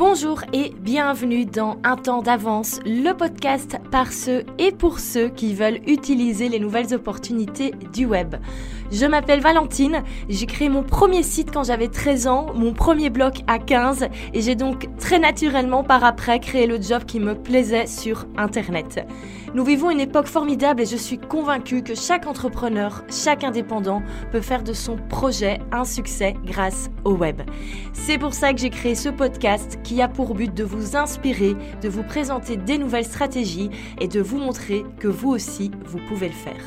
Bonjour et bienvenue dans Un temps d'avance, le podcast par ceux et pour ceux qui veulent utiliser les nouvelles opportunités du web. Je m'appelle Valentine, j'ai créé mon premier site quand j'avais 13 ans, mon premier blog à 15 et j'ai donc très naturellement par après créé le job qui me plaisait sur Internet. Nous vivons une époque formidable et je suis convaincue que chaque entrepreneur, chaque indépendant peut faire de son projet un succès grâce au web. C'est pour ça que j'ai créé ce podcast qui a pour but de vous inspirer, de vous présenter des nouvelles stratégies et de vous montrer que vous aussi, vous pouvez le faire.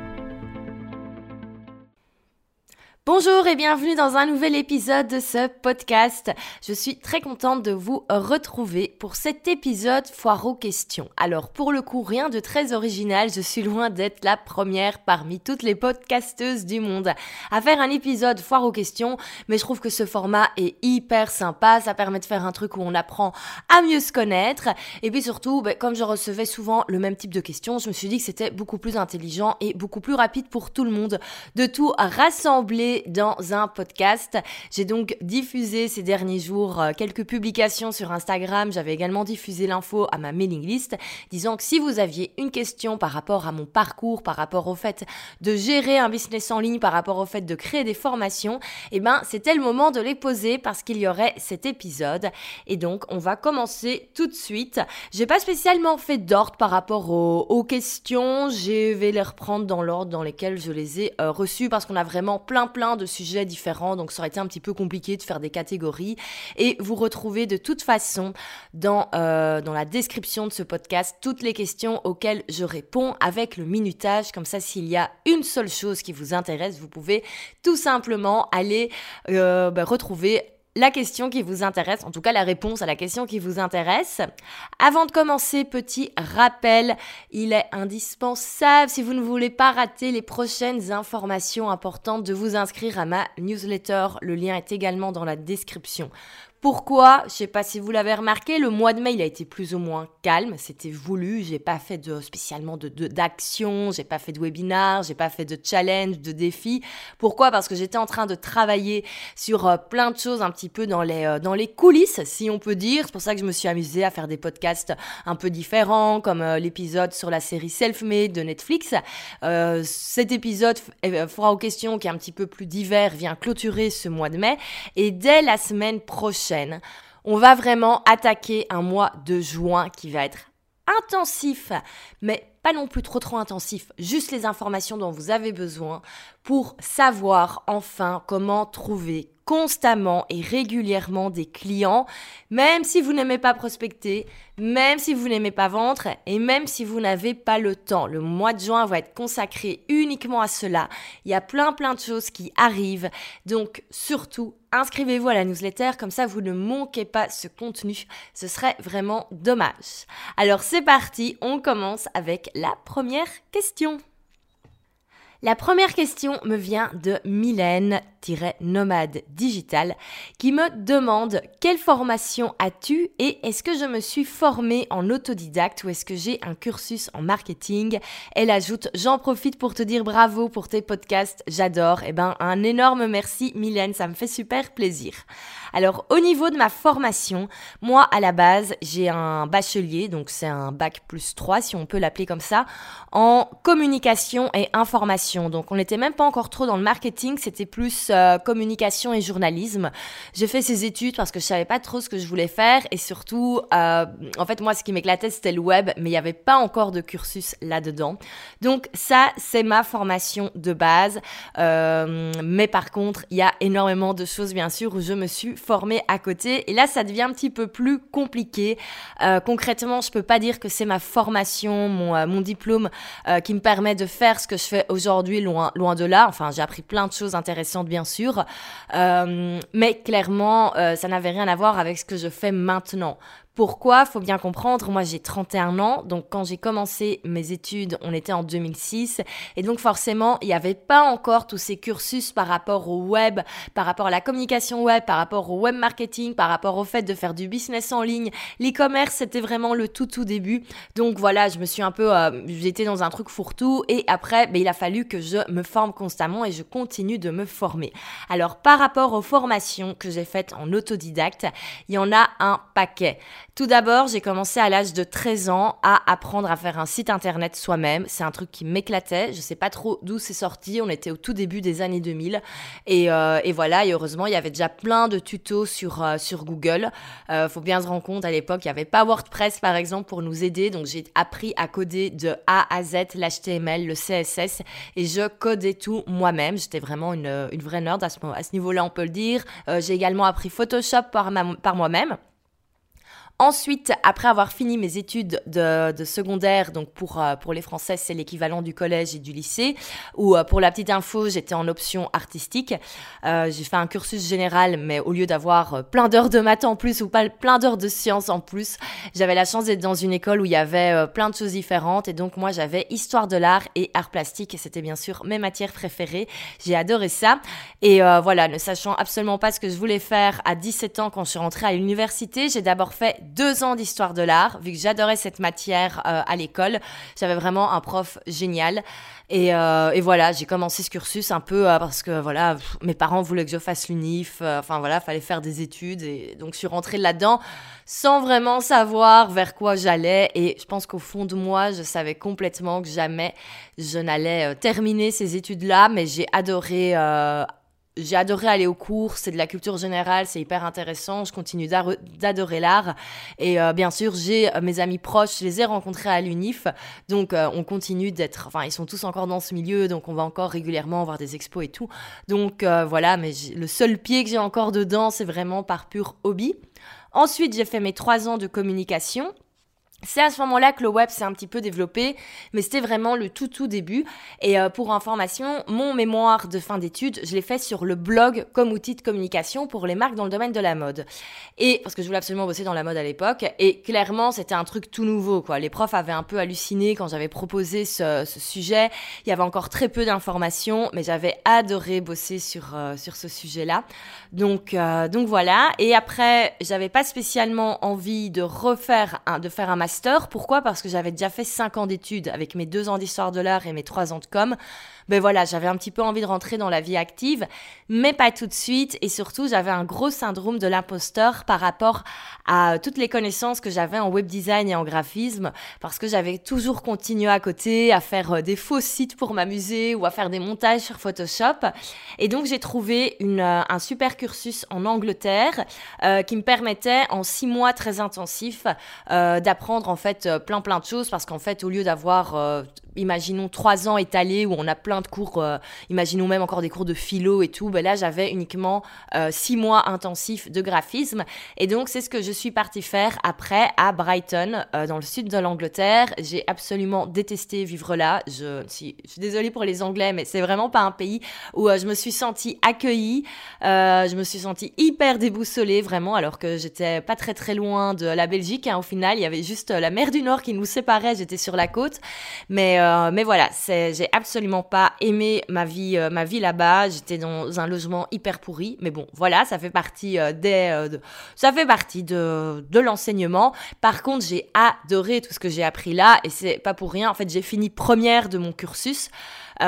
Bonjour et bienvenue dans un nouvel épisode de ce podcast. Je suis très contente de vous retrouver pour cet épisode foire aux questions. Alors pour le coup, rien de très original, je suis loin d'être la première parmi toutes les podcasteuses du monde à faire un épisode foire aux questions, mais je trouve que ce format est hyper sympa, ça permet de faire un truc où on apprend à mieux se connaître et puis surtout, comme je recevais souvent le même type de questions, je me suis dit que c'était beaucoup plus intelligent et beaucoup plus rapide pour tout le monde de tout rassembler dans un podcast. J'ai donc diffusé ces derniers jours quelques publications sur Instagram. J'avais également diffusé l'info à ma mailing list disant que si vous aviez une question par rapport à mon parcours, par rapport au fait de gérer un business en ligne, par rapport au fait de créer des formations, c'était le moment de les poser parce qu'il y aurait cet épisode. Et donc, on va commencer tout de suite. J'ai pas spécialement fait d'ordre par rapport aux questions. Je vais les reprendre dans l'ordre dans lesquels je les ai reçues parce qu'on a vraiment plein de sujets différents, donc ça aurait été un petit peu compliqué de faire des catégories. Et vous retrouvez de toute façon dans la description de ce podcast toutes les questions auxquelles je réponds avec le minutage. Comme ça, s'il y a une seule chose qui vous intéresse, vous pouvez tout simplement aller retrouver la question qui vous intéresse, en tout cas la réponse à la question qui vous intéresse. Avant de commencer, petit rappel, il est indispensable, si vous ne voulez pas rater les prochaines informations importantes, de vous inscrire à ma newsletter. Le lien est également dans la description. Pourquoi ? Je sais pas si vous l'avez remarqué, le mois de mai, il a été plus ou moins calme, c'était voulu, j'ai pas fait spécialement d'action, j'ai pas fait de webinar, j'ai pas fait de challenge, de défi. Pourquoi ? Parce que j'étais en train de travailler sur plein de choses un petit peu dans les coulisses, si on peut dire. C'est pour ça que je me suis amusée à faire des podcasts un peu différents, comme l'épisode sur la série Self-Made de Netflix. Cet épisode foire aux questions, qui est un petit peu plus divers, vient clôturer ce mois de mai. Et dès la semaine prochaine, on va vraiment attaquer un mois de juin qui va être intensif, mais pas non plus trop intensif, juste les informations dont vous avez besoin pour savoir enfin comment trouver constamment et régulièrement des clients, même si vous n'aimez pas prospecter, même si vous n'aimez pas vendre et même si vous n'avez pas le temps. Le mois de juin va être consacré uniquement à cela. Il y a plein de choses qui arrivent, donc surtout inscrivez-vous à la newsletter, comme ça vous ne manquez pas ce contenu, ce serait vraiment dommage. Alors c'est parti, on commence avec la première question. La première question me vient de Mylène-Nomade Digital qui me demande « Quelle formation as-tu et est-ce que je me suis formée en autodidacte ou est-ce que j'ai un cursus en marketing ?» Elle ajoute « J'en profite pour te dire bravo pour tes podcasts, j'adore. » Un énorme merci Mylène, ça me fait super plaisir. Alors au niveau de ma formation, moi à la base j'ai un bachelier, donc c'est un bac plus 3 si on peut l'appeler comme ça, en communication et information. Donc on n'était même pas encore trop dans le marketing, c'était plus communication et journalisme. J'ai fait ces études parce que je savais pas trop ce que je voulais faire et surtout, en fait moi ce qui m'éclatait c'était le web, mais il n'y avait pas encore de cursus là-dedans. Donc ça c'est ma formation de base, mais par contre il y a énormément de choses bien sûr où je me suis formée à côté et là ça devient un petit peu plus compliqué. Concrètement je peux pas dire que c'est ma formation, mon diplôme qui me permet de faire ce que je fais aujourd'hui, loin de là. Enfin j'ai appris plein de choses intéressantes bien sûr, mais clairement ça n'avait rien à voir avec ce que je fais maintenant. Pourquoi ? Faut bien comprendre, moi j'ai 31 ans, donc quand j'ai commencé mes études, on était en 2006, et donc forcément, il n'y avait pas encore tous ces cursus par rapport au web, par rapport à la communication web, par rapport au web marketing, par rapport au fait de faire du business en ligne. L'e-commerce, c'était vraiment le tout début. Donc voilà, je me suis un peu, j'étais dans un truc fourre-tout, et après, il a fallu que je me forme constamment et je continue de me former. Alors par rapport aux formations que j'ai faites en autodidacte, il y en a un paquet. Tout d'abord, j'ai commencé à l'âge de 13 ans à apprendre à faire un site internet soi-même. C'est un truc qui m'éclatait. Je sais pas trop d'où c'est sorti. On était au tout début des années 2000. Et voilà. Et heureusement, il y avait déjà plein de tutos sur Google. Faut bien se rendre compte, à l'époque, il n'y avait pas WordPress, par exemple, pour nous aider. Donc, j'ai appris à coder de A à Z, l'HTML, le CSS. Et je codais tout moi-même. J'étais vraiment une vraie nerd à ce niveau-là, on peut le dire. J'ai également appris Photoshop par moi-même. Ensuite, après avoir fini mes études de secondaire, donc pour les Français, c'est l'équivalent du collège et du lycée, ou pour la petite info, j'étais en option artistique. J'ai fait un cursus général, mais au lieu d'avoir plein d'heures de maths en plus ou pas plein d'heures de sciences en plus, j'avais la chance d'être dans une école où il y avait plein de choses différentes. Et donc moi, j'avais histoire de l'art et art plastique. Et c'était bien sûr mes matières préférées. J'ai adoré ça. Et voilà, ne sachant absolument pas ce que je voulais faire à 17 ans quand je suis rentrée à l'université, j'ai d'abord fait 2 ans d'histoire de l'art, vu que j'adorais cette matière à l'école. J'avais vraiment un prof génial. Et voilà, j'ai commencé ce cursus un peu parce que voilà, mes parents voulaient que je fasse l'UNIF. Enfin voilà, fallait faire des études. Et donc je suis rentrée là-dedans sans vraiment savoir vers quoi j'allais. Et je pense qu'au fond de moi, je savais complètement que jamais je n'allais terminer ces études-là. Mais j'ai adoré aller aux cours, c'est de la culture générale, c'est hyper intéressant, je continue d'adorer l'art. Et bien sûr, j'ai mes amis proches, je les ai rencontrés à l'UNIF, donc on continue ils sont tous encore dans ce milieu, donc on va encore régulièrement voir des expos et tout. Donc voilà, mais le seul pied que j'ai encore dedans, c'est vraiment par pur hobby. Ensuite, j'ai fait mes 3 ans de communication. C'est à ce moment-là que le web s'est un petit peu développé, mais c'était vraiment le tout début. Et pour information, mon mémoire de fin d'études, je l'ai fait sur le blog comme outil de communication pour les marques dans le domaine de la mode. Et parce que je voulais absolument bosser dans la mode à l'époque, et clairement, c'était un truc tout nouveau, quoi. Les profs avaient un peu halluciné quand j'avais proposé ce sujet. Il y avait encore très peu d'informations, mais j'avais adoré bosser sur ce sujet-là. Donc voilà. Et après, j'avais pas spécialement envie de faire un master. Pourquoi ? Parce que j'avais déjà fait 5 ans d'études avec mes 2 ans d'histoire de l'art et mes 3 ans de com. Ben voilà, j'avais un petit peu envie de rentrer dans la vie active, mais pas tout de suite. Et surtout, j'avais un gros syndrome de l'imposteur par rapport à toutes les connaissances que j'avais en web design et en graphisme, parce que j'avais toujours continué à côté à faire des faux sites pour m'amuser ou à faire des montages sur Photoshop. Et donc, j'ai trouvé un super cursus en Angleterre qui me permettait en 6 mois très intensifs d'apprendre en fait plein de choses, parce qu'en fait, au lieu d'avoir imaginons 3 ans étalés où on a plein de cours, imaginons même encore des cours de philo et tout, ben là j'avais uniquement 6 mois intensifs de graphisme. Et donc c'est ce que je suis partie faire après à Brighton, dans le sud de l'Angleterre. J'ai absolument détesté vivre là. Je suis désolée pour les Anglais, mais c'est vraiment pas un pays où je me suis sentie accueillie. Je me suis sentie hyper déboussolée vraiment, alors que j'étais pas très loin de la Belgique, hein. Au final, il y avait juste la mer du Nord qui nous séparait. J'étais sur la côte, mais voilà, j'ai absolument pas aimé ma vie là-bas. J'étais dans un logement hyper pourri, mais bon, voilà, ça fait partie de l'enseignement. Par contre, j'ai adoré tout ce que j'ai appris là, et c'est pas pour rien. En fait, j'ai fini première de mon cursus. Pourquoi ?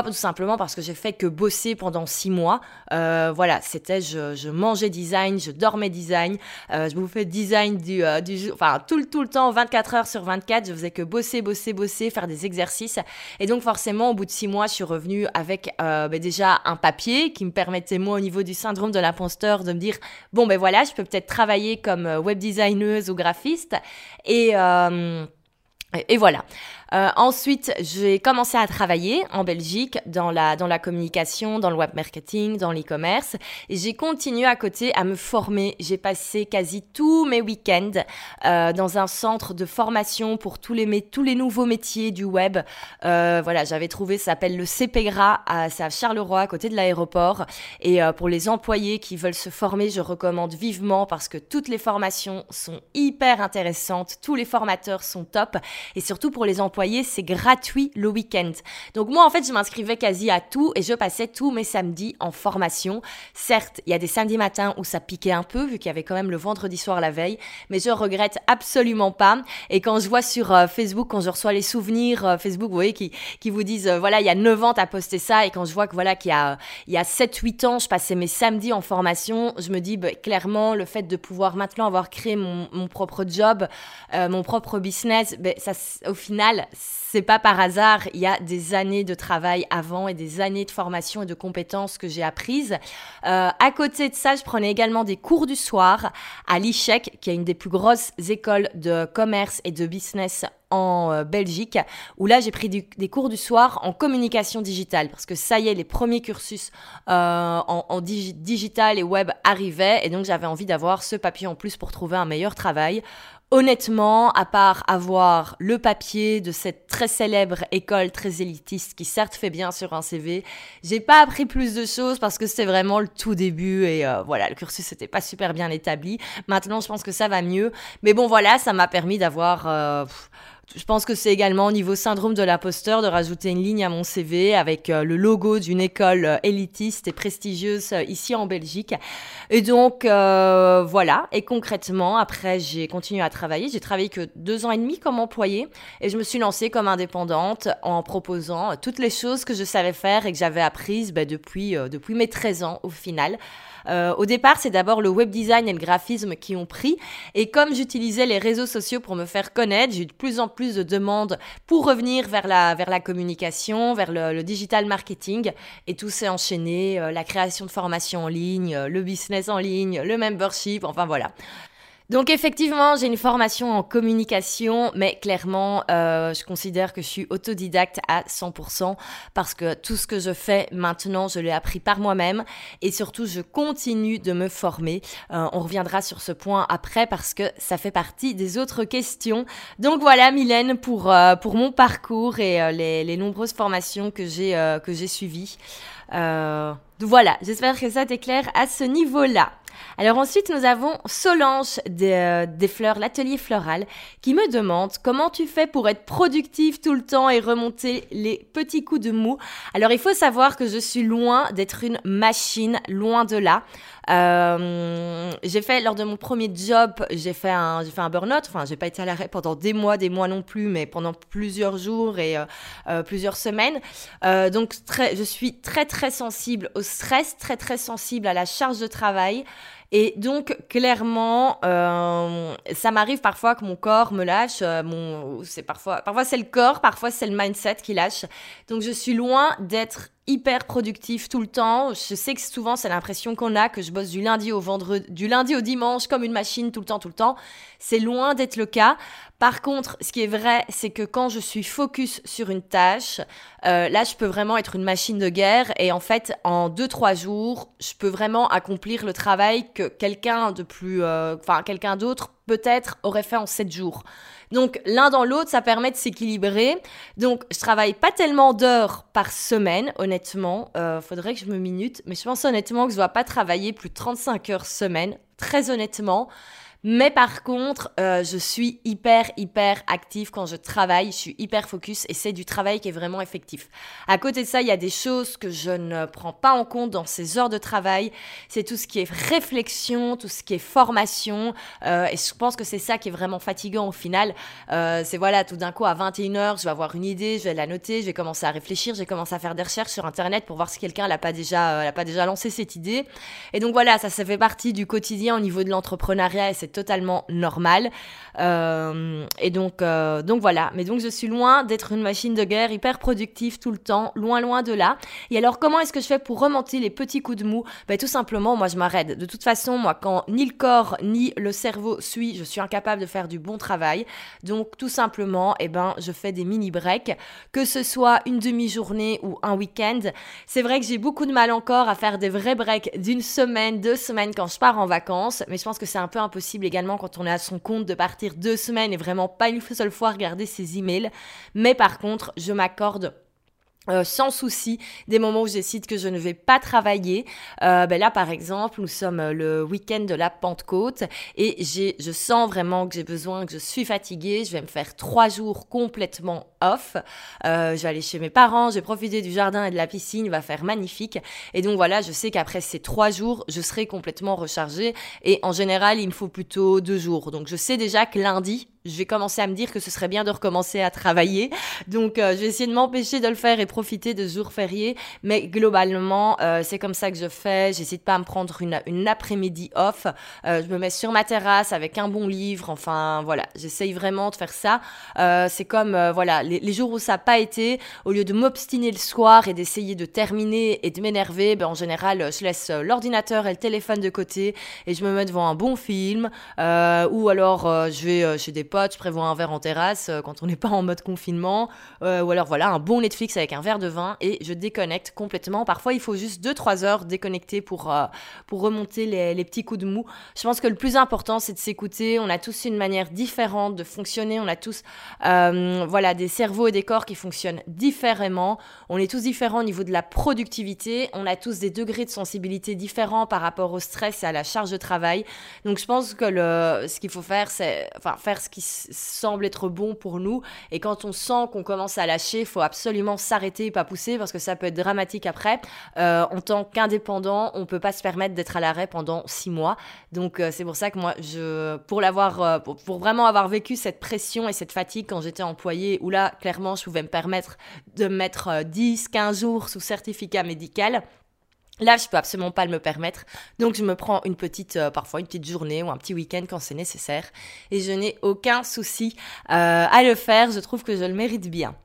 Tout simplement parce que j'ai fait que bosser pendant 6 mois. Voilà, c'était je mangeais design, je dormais design, je bouffais design tout le temps, 24 heures sur 24. Je faisais que bosser, faire des exercices. Et donc forcément, au bout de 6 mois, je suis revenue avec déjà un papier qui me permettait, moi, au niveau du syndrome de l'imposteur, de me dire bon ben voilà, je peux peut-être travailler comme web designeuse ou graphiste. Et voilà. Ensuite, j'ai commencé à travailler en Belgique dans la communication, dans le web marketing, dans l'e-commerce. Et j'ai continué à côté à me former. J'ai passé quasi tous mes week-ends dans un centre de formation pour tous les nouveaux métiers du web. Voilà, j'avais trouvé, ça s'appelle le CPGRA, c'est à Charleroi, à côté de l'aéroport. Et pour les employés qui veulent se former, je recommande vivement parce que toutes les formations sont hyper intéressantes. Tous les formateurs sont top. Et surtout pour les employés, c'est gratuit le week-end. Donc moi, en fait, je m'inscrivais quasi à tout et je passais tous mes samedis en formation. Certes, il y a des samedis matins où ça piquait un peu, vu qu'il y avait quand même le vendredi soir la veille, mais je regrette absolument pas. Et quand je vois sur Facebook, quand je reçois les souvenirs Facebook, vous voyez, qui vous disent, voilà, il y a 9 ans, t'as posté ça, et quand je vois que voilà, qu'il y a 7-8 ans, je passais mes samedis en formation, je me dis, clairement, le fait de pouvoir maintenant avoir créé mon propre job, mon propre business, ça, au final, c'est pas par hasard, il y a des années de travail avant et des années de formation et de compétences que j'ai apprises. À côté de ça, je prenais également des cours du soir à l'ICHEC, qui est une des plus grosses écoles de commerce et de business en Belgique, où là j'ai pris des cours du soir en communication digitale, parce que ça y est, les premiers cursus en digital et web arrivaient, et donc j'avais envie d'avoir ce papier en plus pour trouver un meilleur travail. Honnêtement, à part avoir le papier de cette très célèbre école très élitiste qui certes fait bien sur un CV, j'ai pas appris plus de choses parce que c'était vraiment le tout début et voilà, le cursus n'était pas super bien établi. Maintenant, je pense que ça va mieux. Mais bon, voilà, ça m'a permis d'avoir... je pense que c'est également au niveau syndrome de l'imposteur de rajouter une ligne à mon CV avec le logo d'une école élitiste et prestigieuse ici en Belgique. Et donc, voilà. Et concrètement, après, j'ai continué à travailler. J'ai travaillé que 2 ans et demi comme employée et je me suis lancée comme indépendante en proposant toutes les choses que je savais faire et que j'avais apprises depuis mes 13 ans au final. Au départ, c'est d'abord le web design et le graphisme qui ont pris. Et comme j'utilisais les réseaux sociaux pour me faire connaître, j'ai eu de plus en plus de demandes pour revenir vers la communication, vers le digital marketing. Et tout s'est enchaîné, la création de formations en ligne, le business en ligne, le membership, enfin voilà. Donc effectivement, j'ai une formation en communication, mais clairement, je considère que je suis autodidacte à 100% parce que tout ce que je fais maintenant, je l'ai appris par moi-même et surtout, je continue de me former. On reviendra sur ce point après parce que ça fait partie des autres questions. Donc voilà, Mylène, pour mon parcours et les nombreuses formations que j'ai suivies. Voilà, j'espère que ça t'éclaire à ce niveau-là. Alors ensuite, nous avons Solange des Fleurs, l'atelier floral, qui me demande comment tu fais pour être productive tout le temps et remonter les petits coups de mou. Alors il faut savoir que je suis loin d'être une machine, loin de là. J'ai fait lors de mon premier job, j'ai fait un burn-out. Enfin, j'ai pas été à l'arrêt pendant des mois non plus, mais pendant plusieurs jours et plusieurs semaines. Donc je suis très très sensible au stress, très très sensible à la charge de travail. Et donc, clairement, ça m'arrive parfois que mon corps me lâche. Parfois c'est le corps, parfois c'est le mindset qui lâche. Donc, je suis loin d'être hyper productif tout le temps. Je sais que souvent, c'est l'impression qu'on a que je bosse du lundi au dimanche comme une machine tout le temps. C'est loin d'être le cas. Par contre, ce qui est vrai, c'est que quand je suis focus sur une tâche, là, je peux vraiment être une machine de guerre et en fait, en 2-3 jours, je peux vraiment accomplir le travail que quelqu'un d'autre peut-être aurait fait en 7 jours. Donc, l'un dans l'autre, ça permet de s'équilibrer. Donc, je travaille pas tellement d'heures par semaine, honnêtement. Faudrait que je me minute. Mais je pense honnêtement que je dois pas travailler plus de 35 heures semaine. Très honnêtement. Mais par contre, je suis hyper active quand je travaille, je suis hyper focus et c'est du travail qui est vraiment effectif. À côté de ça, il y a des choses que je ne prends pas en compte dans ces heures de travail. C'est tout ce qui est réflexion, tout ce qui est formation et je pense que c'est ça qui est vraiment fatigant au final. C'est voilà, tout d'un coup à 21h, je vais avoir une idée, je vais la noter, je vais commencer à réfléchir, je vais commencer à faire des recherches sur internet pour voir si quelqu'un l'a pas déjà lancé cette idée. Et donc voilà, ça fait partie du quotidien au niveau de l'entrepreneuriat et c'est totalement normal. Et donc voilà. Mais donc je suis loin d'être une machine de guerre hyper productive tout le temps, loin de là. Et alors comment est-ce que je fais pour remonter les petits coups de mou? Tout simplement, moi je m'arrête. De toute façon, moi quand ni le corps ni le cerveau suit, je suis incapable de faire du bon travail. Donc tout simplement, je fais des mini breaks, que ce soit une demi-journée ou un week-end. C'est vrai que j'ai beaucoup de mal encore à faire des vrais breaks d'une semaine, 2 semaines quand je pars en vacances, mais je pense que c'est un peu impossible également quand on est à son compte de partir 2 semaines et vraiment pas une seule fois regarder ses emails. Mais par contre, je m'accorde sans souci des moments où je décide que je ne vais pas travailler. Là par exemple nous sommes le week-end de la Pentecôte et je sens vraiment que j'ai besoin, que je suis fatiguée. Je vais me faire 3 jours complètement off. Je vais aller chez mes parents, je vais profiter du jardin et de la piscine, il va faire magnifique. Et donc voilà, je sais qu'après ces 3 jours je serai complètement rechargée et en général il me faut plutôt 2 jours. Donc je sais déjà que lundi je vais commencer à me dire que ce serait bien de recommencer à travailler. Donc, je vais essayer de m'empêcher de le faire et profiter de jours fériés. Mais globalement, c'est comme ça que je fais. J'essaie de pas me prendre une après-midi off. Je me mets sur ma terrasse avec un bon livre. Enfin, voilà, j'essaye vraiment de faire ça. C'est comme, les jours où ça n'a pas été, au lieu de m'obstiner le soir et d'essayer de terminer et de m'énerver, en général, je laisse l'ordinateur et le téléphone de côté et je me mets devant un bon film. Ou alors, je vais chez des potes, je prévois un verre en terrasse quand on n'est pas en mode confinement, ou alors voilà, un bon Netflix avec un verre de vin et je déconnecte complètement. Parfois, il faut juste 2-3 heures déconnecter pour remonter les petits coups de mou. Je pense que le plus important, c'est de s'écouter. On a tous une manière différente de fonctionner. On a tous des cerveaux et des corps qui fonctionnent différemment. On est tous différents au niveau de la productivité. On a tous des degrés de sensibilité différents par rapport au stress et à la charge de travail. Donc, je pense que ce qu'il faut faire, c'est faire ce qui semble être bon pour nous. Et quand on sent qu'on commence à lâcher, il faut absolument s'arrêter et pas pousser parce que ça peut être dramatique après. En tant qu'indépendant, on peut pas se permettre d'être à l'arrêt pendant 6 mois. Donc c'est pour ça que moi, pour vraiment avoir vécu cette pression et cette fatigue quand j'étais employée, où là, clairement, je pouvais me permettre de mettre 10-15 jours sous certificat médical. Là, je peux absolument pas me permettre. Donc, je me prends parfois une petite journée ou un petit week-end quand c'est nécessaire. Et je n'ai aucun souci à le faire. Je trouve que je le mérite bien.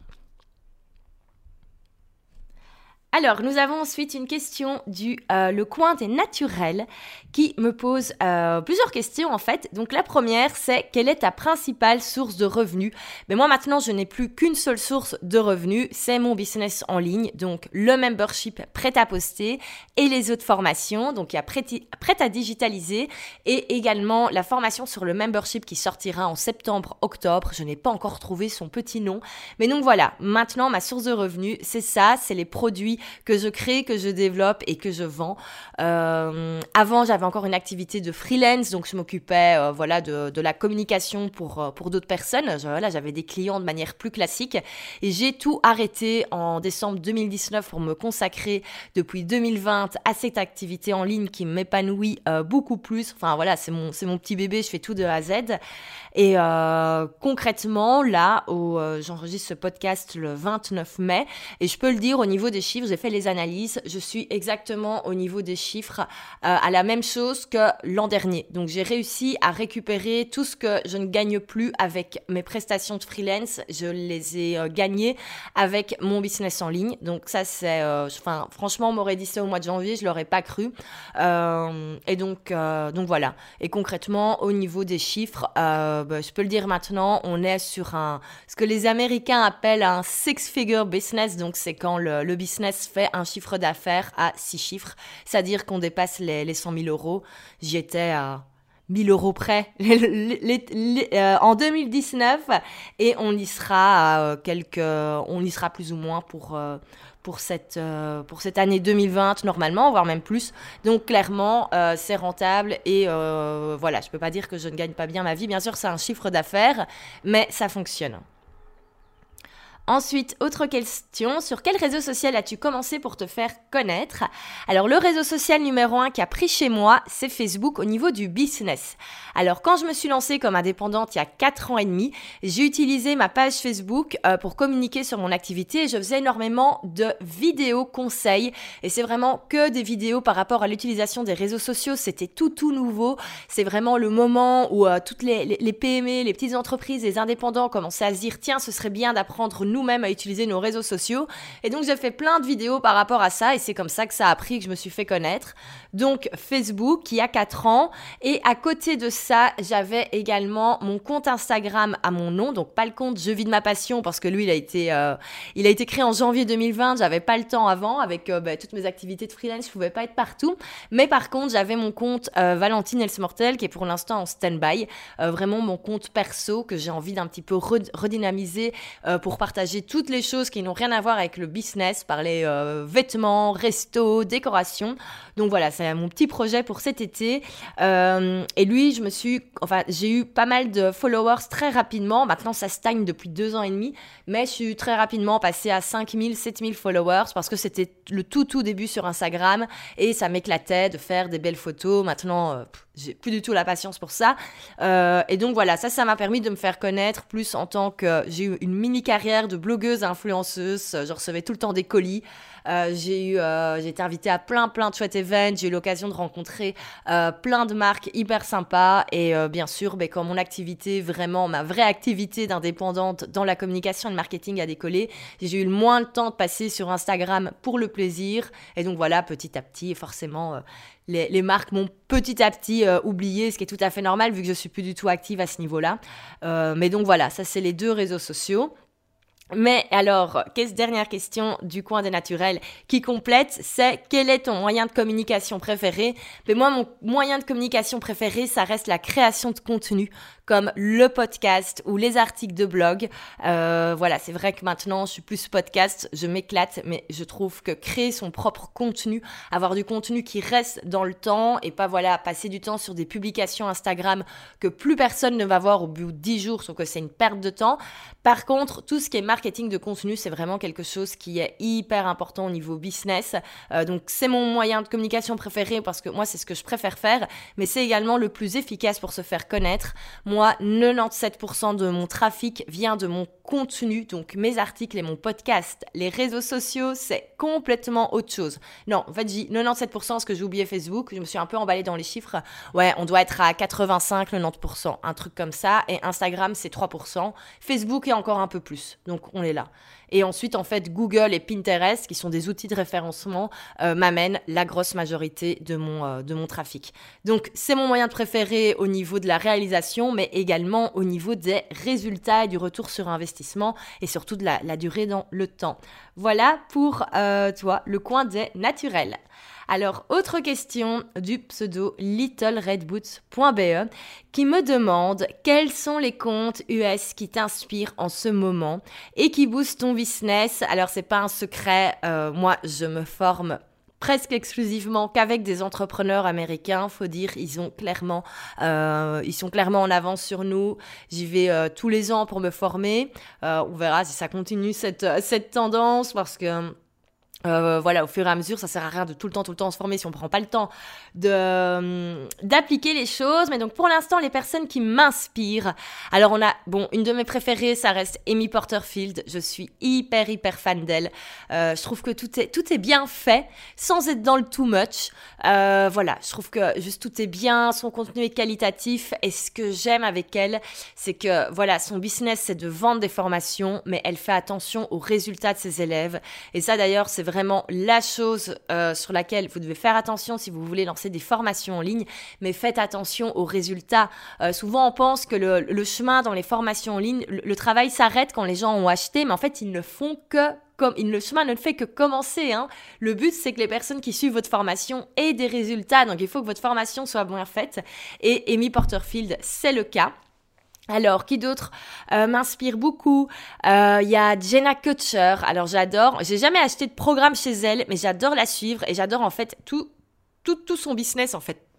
Alors, nous avons ensuite une question Le Coin des Naturels qui me pose plusieurs questions en fait. Donc la première, c'est quelle est ta principale source de revenus? Mais moi maintenant, je n'ai plus qu'une seule source de revenus, c'est mon business en ligne, donc le membership prêt à poster et les autres formations. Donc il y a prêt à digitaliser et également la formation sur le membership qui sortira en septembre-octobre. Je n'ai pas encore trouvé son petit nom. Mais donc voilà, maintenant ma source de revenus, c'est ça, c'est les produits que je crée, que je développe et que je vends. Avant, j'avais encore une activité de freelance, donc je m'occupais de la communication pour d'autres personnes. J'avais des clients de manière plus classique et j'ai tout arrêté en décembre 2019 pour me consacrer depuis 2020 à cette activité en ligne qui m'épanouit beaucoup plus. Enfin voilà, c'est mon petit bébé, je fais tout de A à Z. Et concrètement, là, j'enregistre ce podcast le 29 mai et je peux le dire au niveau des chiffres, j'ai fait les analyses, je suis exactement au niveau des chiffres à la même chose que l'an dernier. Donc j'ai réussi à récupérer tout ce que je ne gagne plus avec mes prestations de freelance, je les ai gagnés avec mon business en ligne. Donc ça c'est, franchement on m'aurait dit ça au mois de janvier, je l'aurais pas cru. Et donc voilà. Et concrètement au niveau des chiffres, je peux le dire maintenant, on est sur ce que les Américains appellent un six-figure business. Donc c'est quand le business fait un chiffre d'affaires à 6 chiffres, c'est-à-dire qu'on dépasse les 100 000 euros. J'y étais à 1000 euros près en 2019 et on y sera plus ou moins pour cette année 2020 normalement, voire même plus. Donc clairement, c'est rentable et je peux pas dire que je ne gagne pas bien ma vie. Bien sûr, c'est un chiffre d'affaires, mais ça fonctionne. Ensuite, autre question, sur quel réseau social as-tu commencé pour te faire connaître? Alors, le réseau social numéro 1 qui a pris chez moi, c'est Facebook au niveau du business. Alors, quand je me suis lancée comme indépendante il y a 4 ans et demi, j'ai utilisé ma page Facebook pour communiquer sur mon activité et je faisais énormément de vidéos conseils et c'est vraiment que des vidéos par rapport à l'utilisation des réseaux sociaux. C'était tout nouveau. C'est vraiment le moment où toutes les PME, les petites entreprises, les indépendants commençaient à se dire tiens, ce serait bien d'apprendre nous-mêmes à utiliser nos réseaux sociaux. Et donc, j'ai fait plein de vidéos par rapport à ça et c'est comme ça que ça a pris, que je me suis fait connaître. Donc, Facebook qui a 4 ans. Et à côté de ça, j'avais également mon compte Instagram à mon nom. Donc, pas le compte Je vis de ma passion parce que lui, il a été créé en janvier 2020. J'avais pas le temps avant. Avec toutes mes activités de freelance, je pouvais pas être partout. Mais par contre, j'avais mon compte Valentine Elsmortel qui est pour l'instant en stand-by. Vraiment mon compte perso que j'ai envie d'un petit peu redynamiser pour partager toutes les choses qui n'ont rien à voir avec le business, parler vêtements, resto, décoration. Donc voilà, c'est mon petit projet pour cet été. Et lui, j'ai eu pas mal de followers très rapidement. Maintenant, ça stagne depuis 2 ans et demi, mais je suis très rapidement passée à 5000, 7000 followers parce que c'était le tout début sur Instagram et ça m'éclatait de faire des belles photos. Maintenant, j'ai plus du tout la patience pour ça. Et donc voilà, ça m'a permis de me faire connaître plus en tant que... J'ai eu une mini carrière de blogueuse influenceuse. Je recevais tout le temps des colis. J'ai été invitée à plein de chouettes events. J'ai eu l'occasion de rencontrer plein de marques hyper sympas. Et bien sûr, quand mon activité, vraiment ma vraie activité d'indépendante dans la communication et le marketing a décollé, j'ai eu le moins de temps de passer sur Instagram pour le plaisir. Et donc voilà, petit à petit, forcément... Les marques m'ont petit à petit oublié, ce qui est tout à fait normal vu que je suis plus du tout active à ce niveau-là. Mais donc voilà, ça c'est les 2 réseaux sociaux. Mais alors, dernière question du coin des naturels qui complète, c'est quel est ton moyen de communication préféré? Mais moi, mon moyen de communication préféré, ça reste la création de contenu, comme le podcast ou les articles de blog. Voilà, c'est vrai que maintenant, je suis plus podcast, je m'éclate, mais je trouve que créer son propre contenu, avoir du contenu qui reste dans le temps et pas, voilà, passer du temps sur des publications Instagram que plus personne ne va voir au bout de 10 jours, sauf que c'est une perte de temps. Par contre, tout ce qui est marketing de contenu, c'est vraiment quelque chose qui est hyper important au niveau business. Donc, c'est mon moyen de communication préféré parce que moi, c'est ce que je préfère faire, mais c'est également le plus efficace pour se faire connaître. Moi, 97% de mon trafic vient de mon contenu, donc mes articles et mon podcast. Les réseaux sociaux, c'est complètement autre chose. Non, en fait, j'ai 97% parce que j'ai oublié Facebook. Je me suis un peu emballée dans les chiffres. Ouais, on doit être à 85-90%, un truc comme ça. Et Instagram, c'est 3%. Facebook est encore un peu plus. Donc, on est là. Et ensuite, en fait, Google et Pinterest, qui sont des outils de référencement, m'amènent la grosse majorité de mon trafic. Donc, c'est mon moyen préféré au niveau de la réalisation, mais également au niveau des résultats et du retour sur investissement et surtout de la durée dans le temps. Voilà pour le coin des naturels. Alors, autre question du pseudo littleredboots.be qui me demande quels sont les comptes US qui t'inspirent en ce moment et qui boostent ton business. Alors, c'est pas un secret, moi, je me forme presque exclusivement qu'avec des entrepreneurs américains, faut dire, ils sont clairement en avance sur nous. J'y vais tous les ans pour me former. On verra si ça continue cette tendance parce que voilà, au fur et à mesure, ça sert à rien de tout le temps se former si on prend pas le temps d'appliquer les choses. Mais donc pour l'instant, les personnes qui m'inspirent, alors on a, une de mes préférées, ça reste Amy Porterfield. Je suis hyper fan d'elle. Je trouve que tout est bien fait, sans être dans le too much. Voilà, je trouve que juste tout est bien, son contenu est qualitatif. Et ce que j'aime avec elle, c'est que voilà, son business, c'est de vendre des formations, mais elle fait attention aux résultats de ses élèves. Et ça d'ailleurs, c'est vraiment la chose sur laquelle vous devez faire attention si vous voulez lancer des formations en ligne, mais faites attention aux résultats. Souvent, on pense que le chemin dans les formations en ligne, le travail s'arrête quand les gens ont acheté, mais en fait, ils ne font que le chemin ne fait que commencer. Le but, c'est que les personnes qui suivent votre formation aient des résultats. Donc, il faut que votre formation soit bien faite. Et Amy Porterfield, c'est le cas. Alors, qui d'autre m'inspire beaucoup? Il y a Jenna Kutcher. Alors, j'adore. J'ai jamais acheté de programme chez elle, mais j'adore la suivre et j'adore en fait tout son business en fait.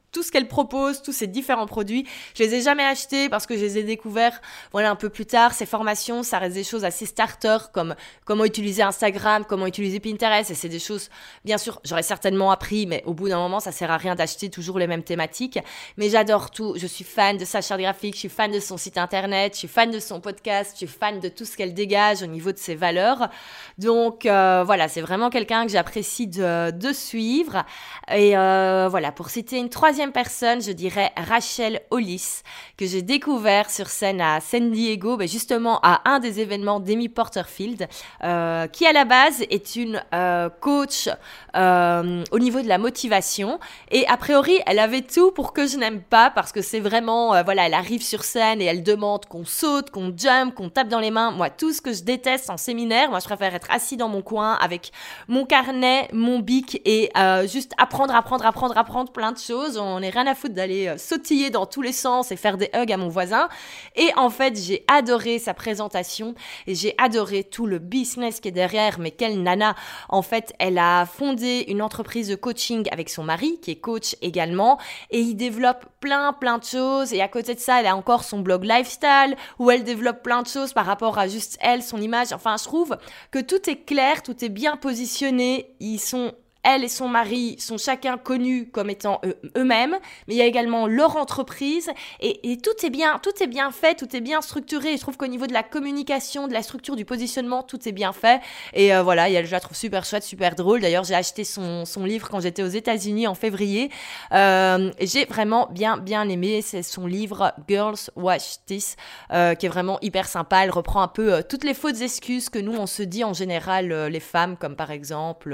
tout ce qu'elle propose, tous ces différents produits. Je les ai jamais achetés parce que je les ai découverts, voilà, un peu plus tard. Ces formations, ça reste des choses assez starter, comme comment utiliser Instagram, comment utiliser Pinterest. Et c'est des choses, bien sûr, j'aurais certainement appris, mais au bout d'un moment, ça sert à rien d'acheter toujours les mêmes thématiques. Mais j'adore tout. Je suis fan de sa charte graphique, je suis fan de son site internet, je suis fan de son podcast, je suis fan de tout ce qu'elle dégage au niveau de ses valeurs. Donc, voilà, c'est vraiment quelqu'un que j'apprécie de suivre. Et voilà, pour citer une troisième personne, je dirais Rachel Hollis, que j'ai découvert sur scène à San Diego, justement à un des événements d'Amy Porterfield, qui à la base est une coach au niveau de la motivation. Et a priori, elle avait tout pour que je n'aime pas, parce que c'est vraiment, voilà, elle arrive sur scène et elle demande qu'on saute, qu'on jump, qu'on tape dans les mains. Moi, tout ce que je déteste en séminaire, moi je préfère être assis dans mon coin avec mon carnet, mon bic et juste apprendre plein de choses. On n'est rien à foutre d'aller sautiller dans tous les sens et faire des hugs à mon voisin. Et en fait, j'ai adoré sa présentation et j'ai adoré tout le business qui est derrière. Mais quelle nana! En fait, elle a fondé une entreprise de coaching avec son mari, qui est coach également, et il développe plein de choses. Et à côté de ça, elle a encore son blog lifestyle où elle développe plein de choses par rapport à juste elle, son image. Enfin, je trouve que tout est clair, tout est bien positionné. Elle et son mari sont chacun connus comme étant eux-mêmes, mais il y a également leur entreprise et tout est bien fait, tout est bien structuré. Et je trouve qu'au niveau de la communication, de la structure, du positionnement, tout est bien fait. Et voilà, je la trouve super chouette, super drôle. D'ailleurs, j'ai acheté son livre quand j'étais aux États-Unis en février. J'ai vraiment bien aimé. C'est son livre Girls Wash This, qui est vraiment hyper sympa. Elle reprend un peu toutes les fausses excuses que nous on se dit en général, les femmes, comme par exemple.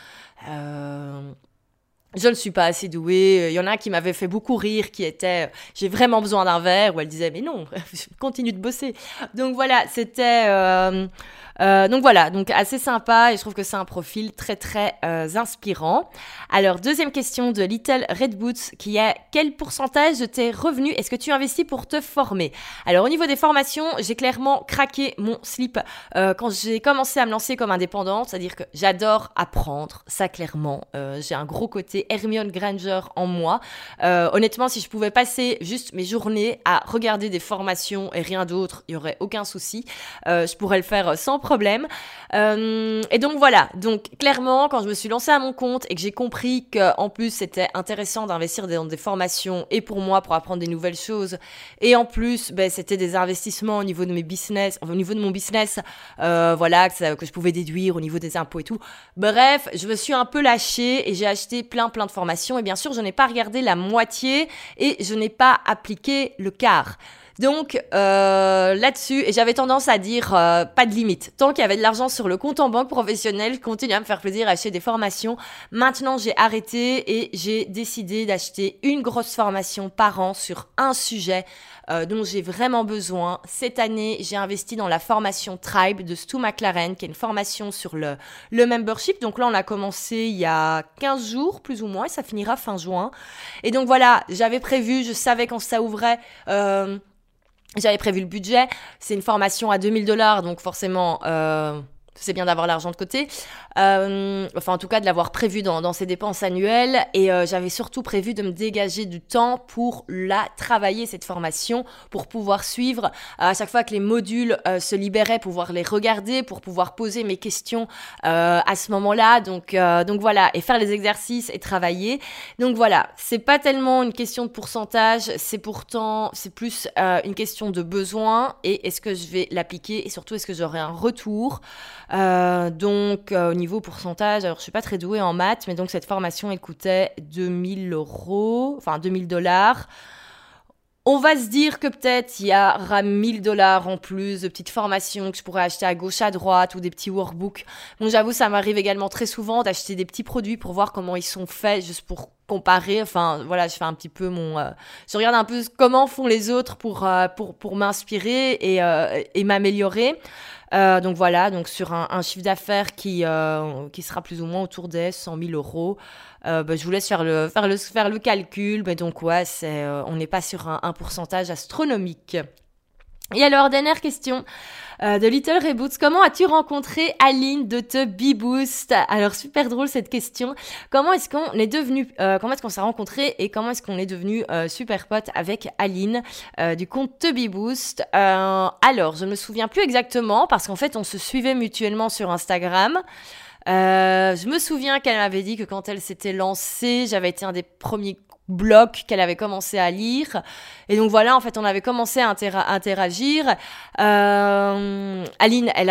Je ne suis pas assez douée. Il y en a un qui m'avait fait beaucoup rire, qui était j'ai vraiment besoin d'un verre, où elle disait mais non, je continue de bosser. Donc voilà, c'était donc assez sympa et je trouve que c'est un profil très inspirant. Alors deuxième question de Little Red Boots qui est quel pourcentage de tes revenus est-ce que tu investis pour te former? Alors au niveau des formations, j'ai clairement craqué mon slip quand j'ai commencé à me lancer comme indépendante, c'est-à-dire que j'adore apprendre, ça clairement. J'ai un gros côté Hermione Granger en moi. Honnêtement, si je pouvais passer juste mes journées à regarder des formations et rien d'autre, il n'y aurait aucun souci. Je pourrais le faire sans problème. Et donc voilà, donc clairement, quand je me suis lancée à mon compte et que j'ai compris qu'en plus c'était intéressant d'investir dans des formations et pour moi, pour apprendre des nouvelles choses, et en plus, c'était des investissements au niveau de mon business, voilà, que je pouvais déduire au niveau des impôts et tout. Bref, je me suis un peu lâchée et j'ai acheté plein de formations et bien sûr, je n'ai pas regardé la moitié et je n'ai pas appliqué le quart. Donc là-dessus, et j'avais tendance à dire pas de limite. Tant qu'il y avait de l'argent sur le compte en banque professionnel, je continuais à me faire plaisir à acheter des formations. Maintenant, j'ai arrêté et j'ai décidé d'acheter une grosse formation par an sur un sujet dont j'ai vraiment besoin. Cette année, j'ai investi dans la formation Tribe de Stu McLaren, qui est une formation sur le membership. Donc là, on a commencé il y a 15 jours, plus ou moins, et ça finira fin juin. Et donc voilà, j'avais prévu, je savais quand ça ouvrait... J'avais prévu le budget, c'est une formation à $2000, donc forcément, c'est bien d'avoir l'argent de côté. Enfin, en tout cas, de l'avoir prévu dans ses dépenses annuelles. Et j'avais surtout prévu de me dégager du temps pour la travailler, cette formation, pour pouvoir suivre à chaque fois que les modules se libéraient, pouvoir les regarder, pour pouvoir poser mes questions à ce moment-là. Donc voilà, et faire les exercices et travailler. Donc voilà, c'est pas tellement une question de pourcentage, c'est plus une question de besoin et est-ce que je vais l'appliquer et surtout est-ce que j'aurai un retour. Donc au niveau pourcentage, alors je suis pas très douée en maths, mais donc cette formation elle coûtait $2000, enfin $2000. On va se dire que peut-être il y aura $1000 en plus de petites formations que je pourrais acheter à gauche à droite ou des petits workbooks. Bon, j'avoue, ça m'arrive également très souvent d'acheter des petits produits pour voir comment ils sont faits, juste pour comparer. Enfin, voilà, je fais un petit peu je regarde un peu comment font les autres pour m'inspirer et m'améliorer. Donc voilà, donc sur un chiffre d'affaires qui sera plus ou moins autour des 100 000 €. Je vous laisse faire le calcul, mais donc ouais, on n'est pas sur un pourcentage astronomique. Et alors, dernière question de Little Reboots. Comment as-tu rencontré Aline de The Bee Boost? Alors, super drôle cette question. Comment est-ce qu'on s'est rencontrés et comment est-ce qu'on est devenu super potes avec Aline du compte The Bee Boost? Alors, je ne me souviens plus exactement parce qu'en fait, on se suivait mutuellement sur Instagram. Je me souviens qu'elle m'avait dit que quand elle s'était lancée, j'avais été un des premiers blocs qu'elle avait commencé à lire. Et donc voilà, en fait, on avait commencé à interagir. Aline, elle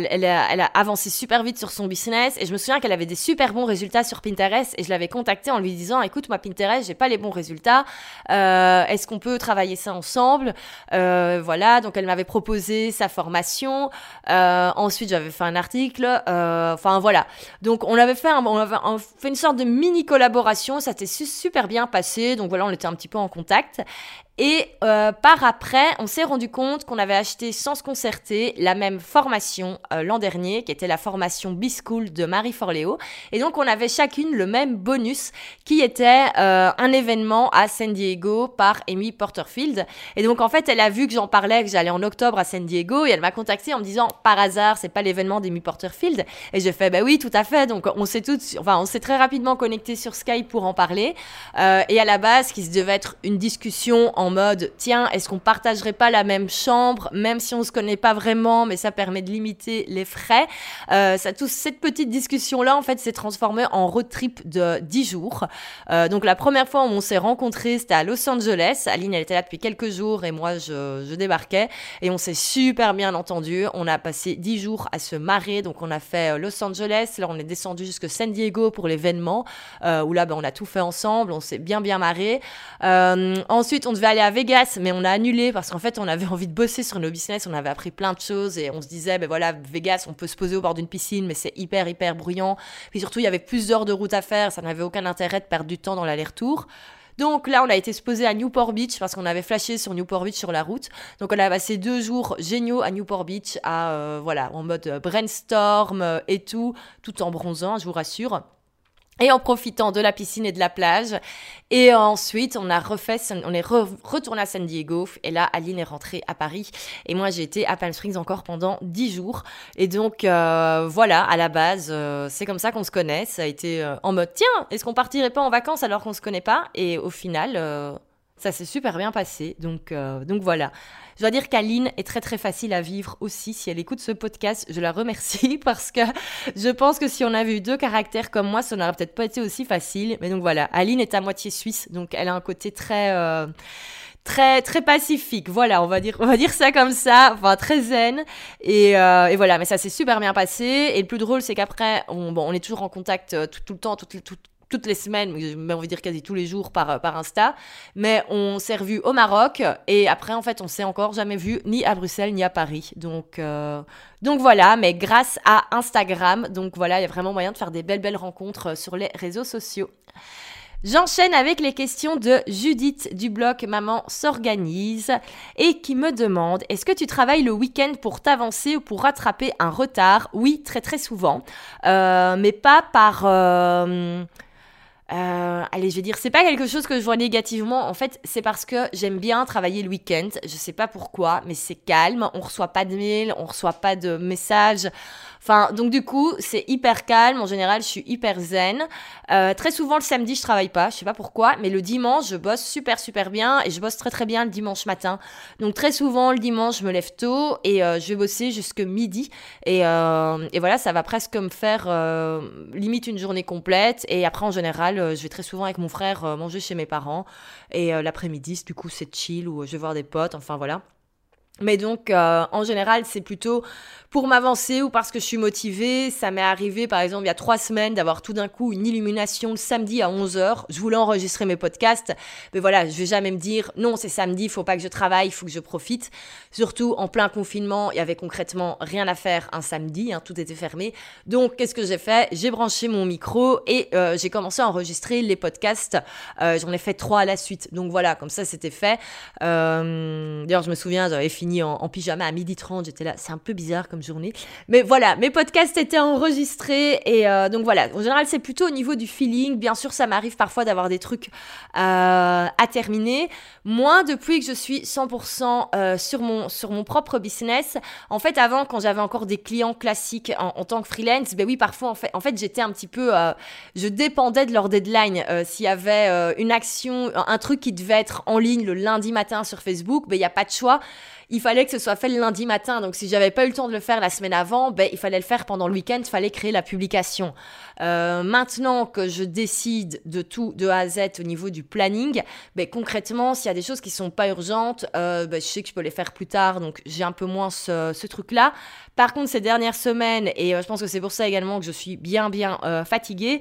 a avancé super vite sur son business et je me souviens qu'elle avait des super bons résultats sur Pinterest et je l'avais contactée en lui disant, écoute, moi Pinterest, j'ai pas les bons résultats. Est-ce qu'on peut travailler ça ensemble? Voilà, donc elle m'avait proposé sa formation. Ensuite, j'avais fait un article. Enfin voilà. Donc on avait fait une sorte de mini collaboration. Ça s'était super bien passé. Donc voilà, on était un petit peu en contact. Et par après, on s'est rendu compte qu'on avait acheté sans se concerter la même formation l'an dernier, qui était la formation B-School de Marie Forleo. Et donc, on avait chacune le même bonus, qui était un événement à San Diego par Amy Porterfield. Et donc, en fait, elle a vu que j'en parlais, que j'allais en octobre à San Diego, et elle m'a contactée en me disant, par hasard, c'est pas l'événement d'Amy Porterfield? Et j'ai fait, bah oui, tout à fait. Donc, on s'est très rapidement connectés sur Skype pour en parler. Et à la base, qui se devait être une discussion en mode, tiens, est-ce qu'on partagerait pas la même chambre, même si on se connaît pas vraiment, mais ça permet de limiter les frais. Cette petite discussion-là, en fait, s'est transformée en road trip de 10 jours. Donc, la première fois où on s'est rencontrés, c'était à Los Angeles. Aline, elle était là depuis quelques jours et moi, je débarquais. Et on s'est super bien entendus. On a passé 10 jours à se marrer. Donc, on a fait Los Angeles. Là, on est descendu jusque San Diego pour l'événement, où là, on a tout fait ensemble. On s'est bien marré. Ensuite, on devait aller à Vegas, mais on a annulé parce qu'en fait, on avait envie de bosser sur nos business, on avait appris plein de choses et on se disait, ben voilà, Vegas, on peut se poser au bord d'une piscine, mais c'est hyper bruyant. Puis surtout, il y avait plus d'heures de route à faire, ça n'avait aucun intérêt de perdre du temps dans l'aller-retour. Donc là, on a été se poser à Newport Beach parce qu'on avait flashé sur Newport Beach sur la route. Donc on a passé 2 jours géniaux à Newport Beach, en mode brainstorm et tout en bronzant, je vous rassure. Et en profitant de la piscine et de la plage. Et ensuite, on est retourné à San Diego. Et là, Aline est rentrée à Paris. Et moi, j'ai été à Palm Springs encore pendant 10 jours. Et donc, voilà, à la base, c'est comme ça qu'on se connaît. Ça a été en mode, tiens, est-ce qu'on partirait pas en vacances alors qu'on se connaît pas? Et au final, ça s'est super bien passé. Donc voilà. Je dois dire qu'Aline est très très facile à vivre aussi. Si elle écoute ce podcast, je la remercie parce que je pense que si on avait eu 2 caractères comme moi, ça n'aurait peut-être pas été aussi facile. Mais donc voilà, Aline est à moitié suisse, donc elle a un côté très pacifique. Voilà, on va dire ça comme ça, enfin très zen. Et voilà, mais ça s'est super bien passé. Et le plus drôle, c'est qu'après, on est toujours en contact tout le temps, toutes les semaines, mais on va dire quasi tous les jours par Insta, mais on s'est revus au Maroc et après en fait on s'est encore jamais vus ni à Bruxelles ni à Paris, donc voilà, mais grâce à Instagram, donc voilà, il y a vraiment moyen de faire des belles rencontres sur les réseaux sociaux. J'enchaîne avec les questions de Judith du blog Maman s'organise et qui me demande, est-ce que tu travailles le week-end pour t'avancer ou pour rattraper un retard? Oui, très très souvent, mais pas par... allez, je vais dire, c'est pas quelque chose que je vois négativement. En fait, c'est parce que j'aime bien travailler le week-end. Je sais pas pourquoi, mais c'est calme. On reçoit pas de mails, on reçoit pas de messages. Enfin, donc du coup, c'est hyper calme. En général, je suis hyper zen. Très souvent, le samedi, je travaille pas. Je sais pas pourquoi, mais le dimanche, je bosse super bien et je bosse très très bien le dimanche matin. Donc très souvent, le dimanche, je me lève tôt et je vais bosser jusque midi. Et voilà, ça va presque me faire limite une journée complète. Et après, en général, je vais très souvent avec mon frère manger chez mes parents. Et l'après-midi, du coup, c'est chill ou je vais voir des potes. Enfin voilà. Mais donc, en général, c'est plutôt pour m'avancer ou parce que je suis motivée. Ça m'est arrivé, par exemple, il y a 3 semaines, d'avoir tout d'un coup une illumination le samedi à 11h. Je voulais enregistrer mes podcasts, mais voilà, je vais jamais me dire « Non, c'est samedi, il faut pas que je travaille, il faut que je profite ». Surtout, en plein confinement, il y avait concrètement rien à faire un samedi, tout était fermé. Donc, qu'est-ce que j'ai fait? J'ai branché mon micro et j'ai commencé à enregistrer les podcasts. J'en ai fait 3 à la suite. Donc voilà, comme ça, c'était fait. D'ailleurs, je me souviens, j'avais fini fini en pyjama à 12h30. J'étais là, c'est un peu bizarre comme journée. Mais voilà, mes podcasts étaient enregistrés et donc voilà. En général, c'est plutôt au niveau du feeling. Bien sûr, ça m'arrive parfois d'avoir des trucs à terminer. Moi, depuis que je suis 100% sur mon propre business, en fait, avant, quand j'avais encore des clients classiques en tant que freelance, ben oui, parfois, en fait j'étais un petit peu... je dépendais de leur deadline. S'il y avait une action, un truc qui devait être en ligne le lundi matin sur Facebook, ben il n'y a pas de choix. Il fallait que ce soit fait le lundi matin. Donc, si j'avais pas eu le temps de le faire la semaine avant, ben, il fallait le faire pendant le week-end. Il fallait créer la publication. Maintenant que je décide de tout de A à Z au niveau du planning, ben, concrètement, s'il y a des choses qui sont pas urgentes, ben, je sais que je peux les faire plus tard. Donc, j'ai un peu moins ce truc-là. Par contre, ces dernières semaines, et je pense que c'est pour ça également que je suis bien fatiguée,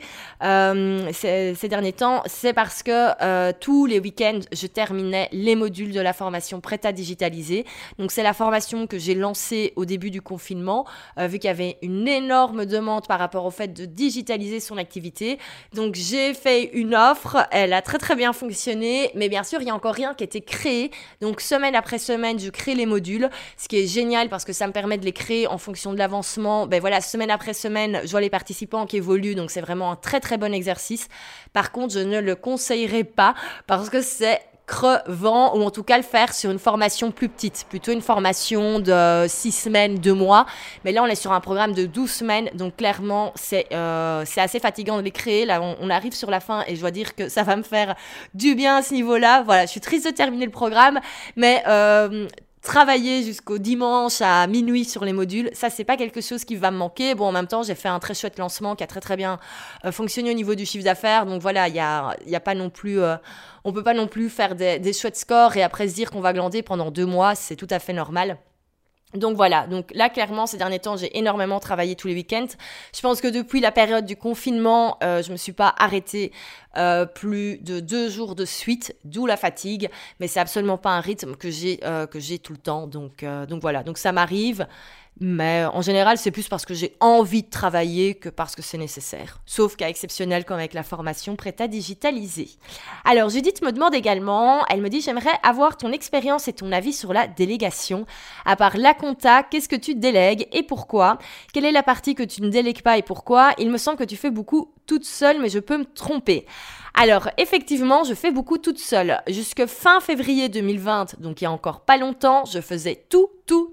ces derniers temps, c'est parce que tous les week-ends, je terminais les modules de la formation prête à digitaliser. Donc, c'est la formation que j'ai lancée au début du confinement, vu qu'il y avait une énorme demande par rapport au fait de digitaliser son activité. Donc, j'ai fait une offre. Elle a très bien fonctionné. Mais bien sûr, il n'y a encore rien qui a été créé. Donc, semaine après semaine, je crée les modules. Ce qui est génial parce que ça me permet de les créer en fonction de l'avancement. Ben voilà, semaine après semaine, je vois les participants qui évoluent. Donc, c'est vraiment un très bon exercice. Par contre, je ne le conseillerais pas parce que c'est crevant, ou en tout cas le faire sur une formation plus petite, plutôt une formation de 6 semaines, 2 mois, mais là on est sur un programme de 12 semaines, donc clairement c'est assez fatigant de les créer. Là on arrive sur la fin et je dois dire que ça va me faire du bien à ce niveau-là. Voilà, je suis triste de terminer le programme, mais travailler jusqu'au dimanche à minuit sur les modules, ça c'est pas quelque chose qui va me manquer. Bon, en même temps, j'ai fait un très chouette lancement qui a très bien fonctionné au niveau du chiffre d'affaires. Donc voilà, il y a pas non plus on peut pas non plus faire des chouettes scores et après se dire qu'on va glander pendant 2 mois, c'est tout à fait normal. Donc voilà, donc là clairement ces derniers temps j'ai énormément travaillé tous les week-ends. Je pense que depuis la période du confinement, je me suis pas arrêtée plus de 2 jours de suite, d'où la fatigue, mais c'est absolument pas un rythme que j'ai tout le temps. Donc voilà, donc ça m'arrive. Mais en général, c'est plus parce que j'ai envie de travailler que parce que c'est nécessaire. Sauf cas exceptionnel comme avec la formation prête à digitaliser. Alors, Judith me demande également, elle me dit, j'aimerais avoir ton expérience et ton avis sur la délégation. À part la compta, qu'est-ce que tu délègues et pourquoi? Quelle est la partie que tu ne délègues pas et pourquoi? Il me semble que tu fais beaucoup toute seule, mais je peux me tromper. Alors, effectivement, je fais beaucoup toute seule. Jusque fin février 2020, donc il y a encore pas longtemps, je faisais tout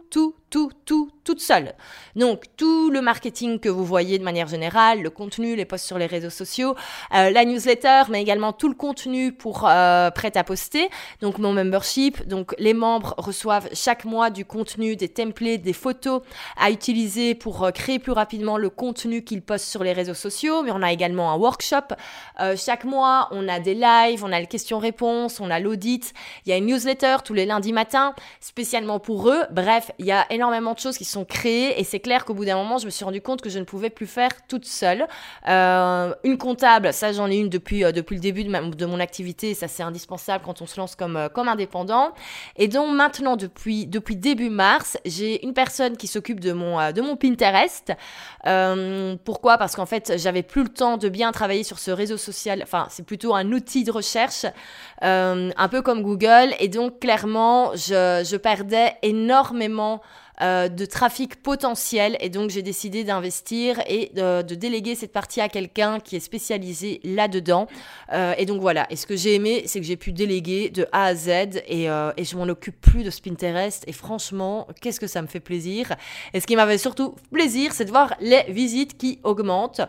toute seule. Donc, tout le marketing que vous voyez de manière générale, le contenu, les posts sur les réseaux sociaux, la newsletter, mais également tout le contenu pour prêt à poster. Donc, mon membership. Donc, les membres reçoivent chaque mois du contenu, des templates, des photos à utiliser pour créer plus rapidement le contenu qu'ils postent sur les réseaux sociaux. Mais on a également un workshop. Chaque mois, on a des lives, on a les questions-réponses, on a l'audit. Il y a une newsletter tous les lundis matins, spécialement pour eux. Bref, il y a énormément de choses qui sont créées et c'est clair qu'au bout d'un moment, je me suis rendu compte que je ne pouvais plus faire toute seule. Une comptable, ça j'en ai une depuis le début de mon activité, ça c'est indispensable quand on se lance comme indépendant. Et donc maintenant, depuis début mars, j'ai une personne qui s'occupe de mon Pinterest. Pourquoi? Parce qu'en fait, j'avais plus le temps de bien travailler sur ce réseau social. Enfin, c'est plutôt un outil de recherche, un peu comme Google. Et donc, clairement, je perdais énormément de trafic potentiel et donc j'ai décidé d'investir et de déléguer cette partie à quelqu'un qui est spécialisé là-dedans et donc voilà. Et ce que j'ai aimé, c'est que j'ai pu déléguer de A à Z et je m'en occupe plus de ce Pinterest et franchement, qu'est-ce que ça me fait plaisir. Et ce qui m'avait surtout plaisir, c'est de voir les visites qui augmentent.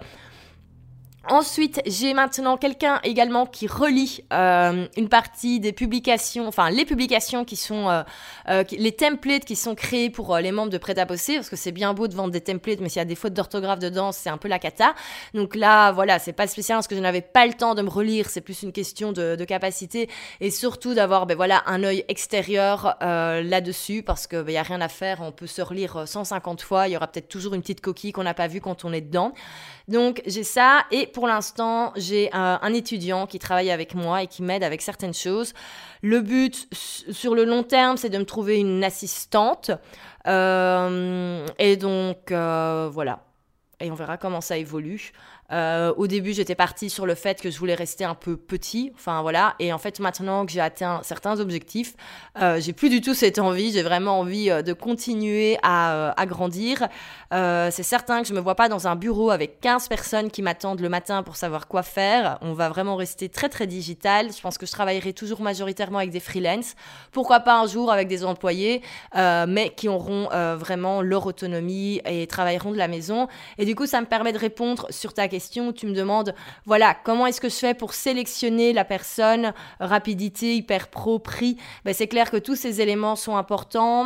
Ensuite, j'ai maintenant quelqu'un également qui relie une partie des publications, enfin les publications qui sont les templates qui sont créés pour les membres de Prêt-à-Poster, parce que c'est bien beau de vendre des templates, mais s'il y a des fautes d'orthographe dedans, c'est un peu la cata. Donc là, voilà, c'est pas spécial parce que je n'avais pas le temps de me relire, c'est plus une question de capacité et surtout d'avoir un œil extérieur là-dessus, parce que y a rien à faire, on peut se relire 150 fois, il y aura peut-être toujours une petite coquille qu'on n'a pas vue quand on est dedans. Donc j'ai ça et pour l'instant j'ai un étudiant qui travaille avec moi et qui m'aide avec certaines choses. Le but sur le long terme c'est de me trouver une assistante et donc voilà. Et on verra comment ça évolue. Au début, j'étais partie sur le fait que je voulais rester un peu petit, enfin voilà. Et en fait, maintenant que j'ai atteint certains objectifs, j'ai plus du tout cette envie. J'ai vraiment envie de continuer à grandir. C'est certain que je me vois pas dans un bureau avec 15 personnes qui m'attendent le matin pour savoir quoi faire. On va vraiment rester très très digital. Je pense que je travaillerai toujours majoritairement avec des freelances. Pourquoi pas un jour avec des employés, mais qui auront vraiment leur autonomie et travailleront de la maison. Et du coup, ça me permet de répondre sur ta question où tu me demandes, voilà, comment est-ce que je fais pour sélectionner la personne, rapidité, hyper pro, prix. Ben, c'est clair que tous ces éléments sont importants.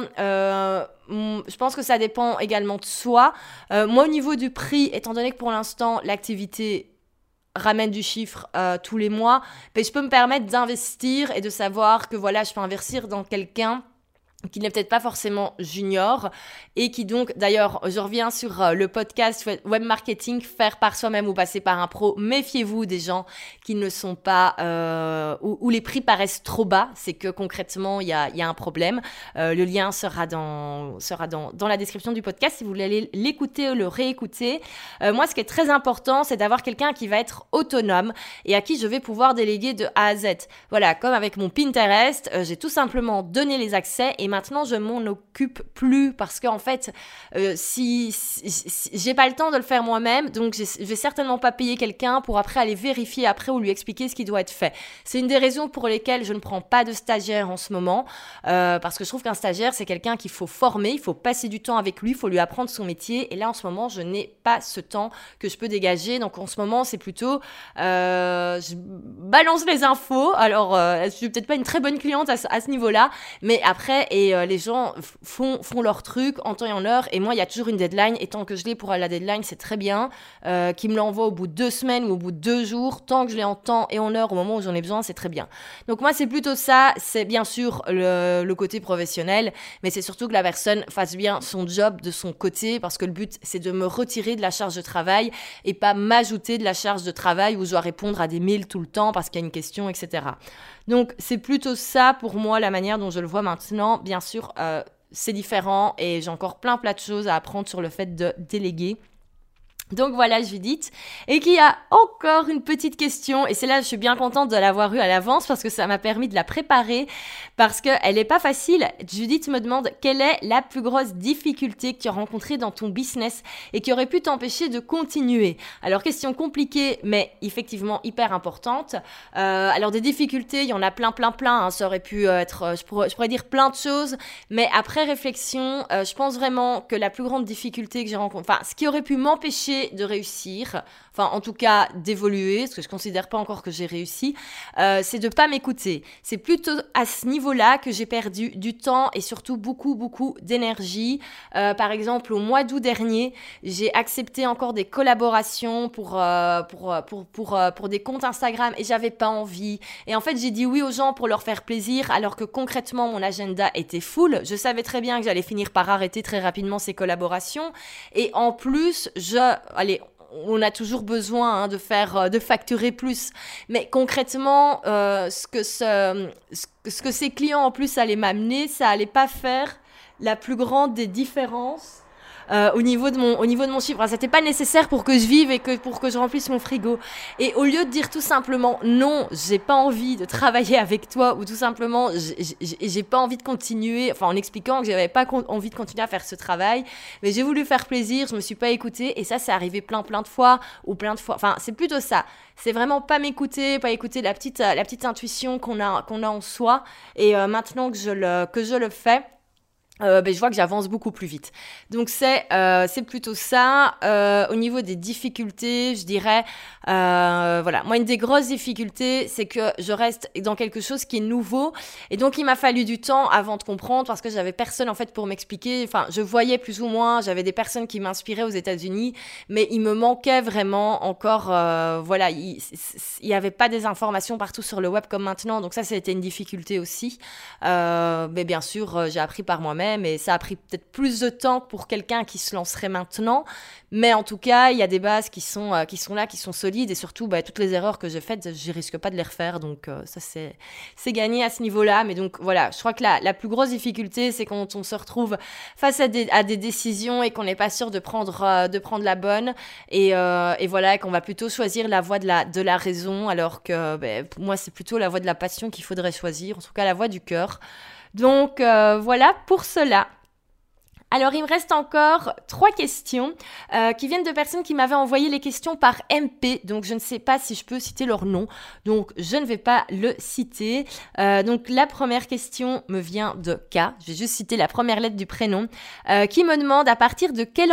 Je pense que ça dépend également de soi. Moi, au niveau du prix, étant donné que pour l'instant, l'activité ramène du chiffre tous les mois, ben, je peux me permettre d'investir et de savoir que voilà, je peux investir dans quelqu'un qui n'est peut-être pas forcément junior et qui donc, d'ailleurs, je reviens sur le podcast web marketing, faire par soi-même ou passer par un pro. Méfiez-vous des gens qui ne sont pas, où les prix paraissent trop bas. C'est que concrètement, il y a un problème. Le lien sera dans la description du podcast si vous voulez aller l'écouter ou le réécouter. Moi, ce qui est très important, c'est d'avoir quelqu'un qui va être autonome et à qui je vais pouvoir déléguer de A à Z. Voilà, comme avec mon Pinterest, j'ai tout simplement donné les accès et maintenant je m'en occupe plus parce qu'en fait si j'ai pas le temps de le faire moi-même, donc je vais certainement pas payer quelqu'un pour après aller vérifier après ou lui expliquer ce qui doit être fait. C'est une des raisons pour lesquelles je ne prends pas de stagiaire en ce moment, parce que je trouve qu'un stagiaire c'est quelqu'un qu'il faut former, il faut passer du temps avec lui, il faut lui apprendre son métier et là en ce moment je n'ai pas ce temps que je peux dégager, donc en ce moment c'est plutôt je balance les infos. Alors je suis peut-être pas une très bonne cliente à ce niveau-là, mais après les gens font leur truc en temps et en heure. Et moi, il y a toujours une deadline. Et tant que je l'ai pour la deadline, c'est très bien. Qu'ils me l'envoient au bout de 2 semaines ou au bout de 2 jours. Tant que je l'ai en temps et en heure au moment où j'en ai besoin, c'est très bien. Donc moi, c'est plutôt ça. C'est bien sûr le côté professionnel. Mais c'est surtout que la personne fasse bien son job de son côté. Parce que le but, c'est de me retirer de la charge de travail et pas m'ajouter de la charge de travail où je dois répondre à des mails tout le temps parce qu'il y a une question, etc. Donc, c'est plutôt ça pour moi, la manière dont je le vois maintenant. Bien sûr, c'est différent et j'ai encore plein de choses à apprendre sur le fait de déléguer. Donc voilà Judith, et qui a encore une petite question, et c'est là je suis bien contente de l'avoir eue à l'avance parce que ça m'a permis de la préparer, parce qu'elle est pas facile. Judith me demande quelle est la plus grosse difficulté que tu as rencontrée dans ton business et qui aurait pu t'empêcher de continuer. Alors question compliquée mais effectivement hyper importante. Alors des difficultés, il y en a plein, hein. Ça aurait pu être, je pourrais dire plein de choses, mais après réflexion, je pense vraiment que la plus grande difficulté que j'ai rencontrée, enfin ce qui aurait pu m'empêcher de réussir, enfin en tout cas d'évoluer, parce que je considère pas encore que j'ai réussi, c'est de pas m'écouter. C'est plutôt à ce niveau-là que j'ai perdu du temps et surtout beaucoup d'énergie. Par exemple, au mois d'août dernier, j'ai accepté encore des collaborations pour des comptes Instagram et j'avais pas envie. Et en fait, j'ai dit oui aux gens pour leur faire plaisir, alors que concrètement, mon agenda était full. Je savais très bien que j'allais finir par arrêter très rapidement ces collaborations. Et en plus, on a toujours besoin de facturer plus. Mais concrètement, ce que ces clients en plus allaient m'amener, ça allait pas faire la plus grande des différences. Au niveau de mon chiffre. Enfin, c'était pas nécessaire pour que je vive et pour que je remplisse mon frigo. Et au lieu de dire tout simplement non, j'ai pas envie de travailler avec toi, ou tout simplement j'ai pas envie de continuer, enfin en expliquant que j'avais pas envie de continuer à faire ce travail, mais j'ai voulu faire plaisir, je me suis pas écoutée, et ça c'est arrivé plein de fois, enfin c'est plutôt ça. C'est vraiment pas m'écouter, pas écouter la petite intuition qu'on a en soi, et maintenant que je le fais, je vois que j'avance beaucoup plus vite. Donc c'est plutôt ça. Au niveau des difficultés, je dirais, voilà, moi une des grosses difficultés, c'est que je reste dans quelque chose qui est nouveau, et donc il m'a fallu du temps avant de comprendre, parce que j'avais personne en fait pour m'expliquer. Enfin, je voyais plus ou moins, j'avais des personnes qui m'inspiraient aux États-Unis, mais il me manquait vraiment encore, voilà, il y avait pas des informations partout sur le web comme maintenant, donc ça a été une difficulté aussi. Mais bien sûr, j'ai appris par moi-même. jamais, mais ça a pris peut-être plus de temps que pour quelqu'un qui se lancerait maintenant. Mais en tout cas, il y a des bases qui sont là, qui sont solides, et surtout, toutes les erreurs que j'ai faites, je risque pas de les refaire, donc ça c'est gagné à ce niveau-là. Mais donc voilà, je crois que la plus grosse difficulté, c'est quand on se retrouve face à des décisions et qu'on n'est pas sûr de prendre la bonne, et voilà, qu'on va plutôt choisir la voie de la raison, alors que pour moi c'est plutôt la voie de la passion qu'il faudrait choisir, en tout cas la voie du cœur. Donc voilà pour cela. Alors, il me reste encore 3 questions qui viennent de personnes qui m'avaient envoyé les questions par MP. Donc, je ne sais pas si je peux citer leur nom. Donc, je ne vais pas le citer. Donc, la première question me vient de K. Je vais juste citer la première lettre du prénom. Qui me demande à partir de quelle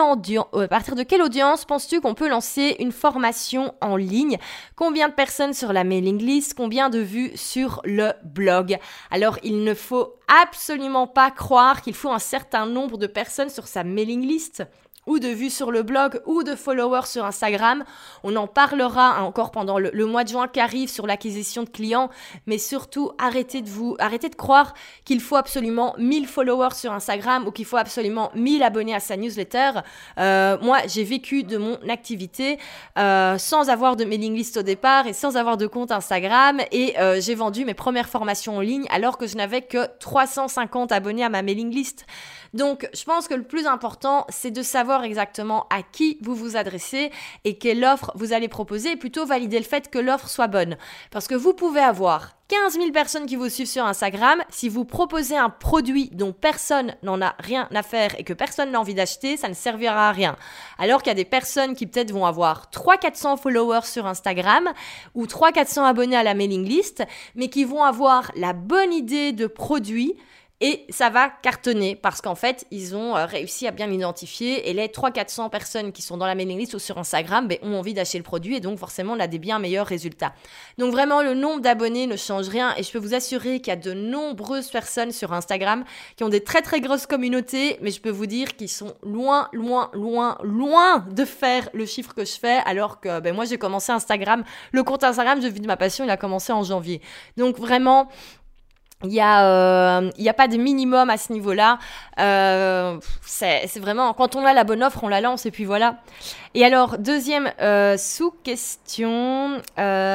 audience penses-tu qu'on peut lancer une formation en ligne? Combien de personnes sur la mailing list? Combien de vues sur le blog? Alors, il ne faut absolument pas croire qu'il faut un certain nombre de personnes sur sa mailing list, ou de vues sur le blog, ou de followers sur Instagram. On en parlera encore pendant le mois de juin qui arrive sur l'acquisition de clients, mais surtout arrêtez de croire qu'il faut absolument 1000 followers sur Instagram, ou qu'il faut absolument 1000 abonnés à sa newsletter. Moi, j'ai vécu de mon activité sans avoir de mailing list au départ et sans avoir de compte Instagram, et j'ai vendu mes premières formations en ligne alors que je n'avais que 350 abonnés à ma mailing list. Donc, je pense que le plus important, c'est de savoir exactement à qui vous vous adressez et quelle offre vous allez proposer, et plutôt valider le fait que l'offre soit bonne. Parce que vous pouvez avoir 15 000 personnes qui vous suivent sur Instagram. Si vous proposez un produit dont personne n'en a rien à faire et que personne n'a envie d'acheter, ça ne servira à rien. Alors qu'il y a des personnes qui peut-être vont avoir 300-400 followers sur Instagram ou 300-400 abonnés à la mailing list, mais qui vont avoir la bonne idée de produit. Et ça va cartonner parce qu'en fait, ils ont réussi à bien l'identifier, et les 300-400 personnes qui sont dans la mailing list ou sur Instagram ont envie d'acheter le produit, et donc forcément, on a des bien meilleurs résultats. Donc vraiment, le nombre d'abonnés ne change rien, et je peux vous assurer qu'il y a de nombreuses personnes sur Instagram qui ont des très très grosses communautés, mais je peux vous dire qu'ils sont loin de faire le chiffre que je fais, alors que moi, j'ai commencé Instagram, le compte Instagram de Vie de ma passion, il a commencé en janvier. Donc vraiment, il y a pas de minimum à ce niveau-là. C'est vraiment, quand on a la bonne offre, on la lance, et puis voilà. Et alors, deuxième sous-question.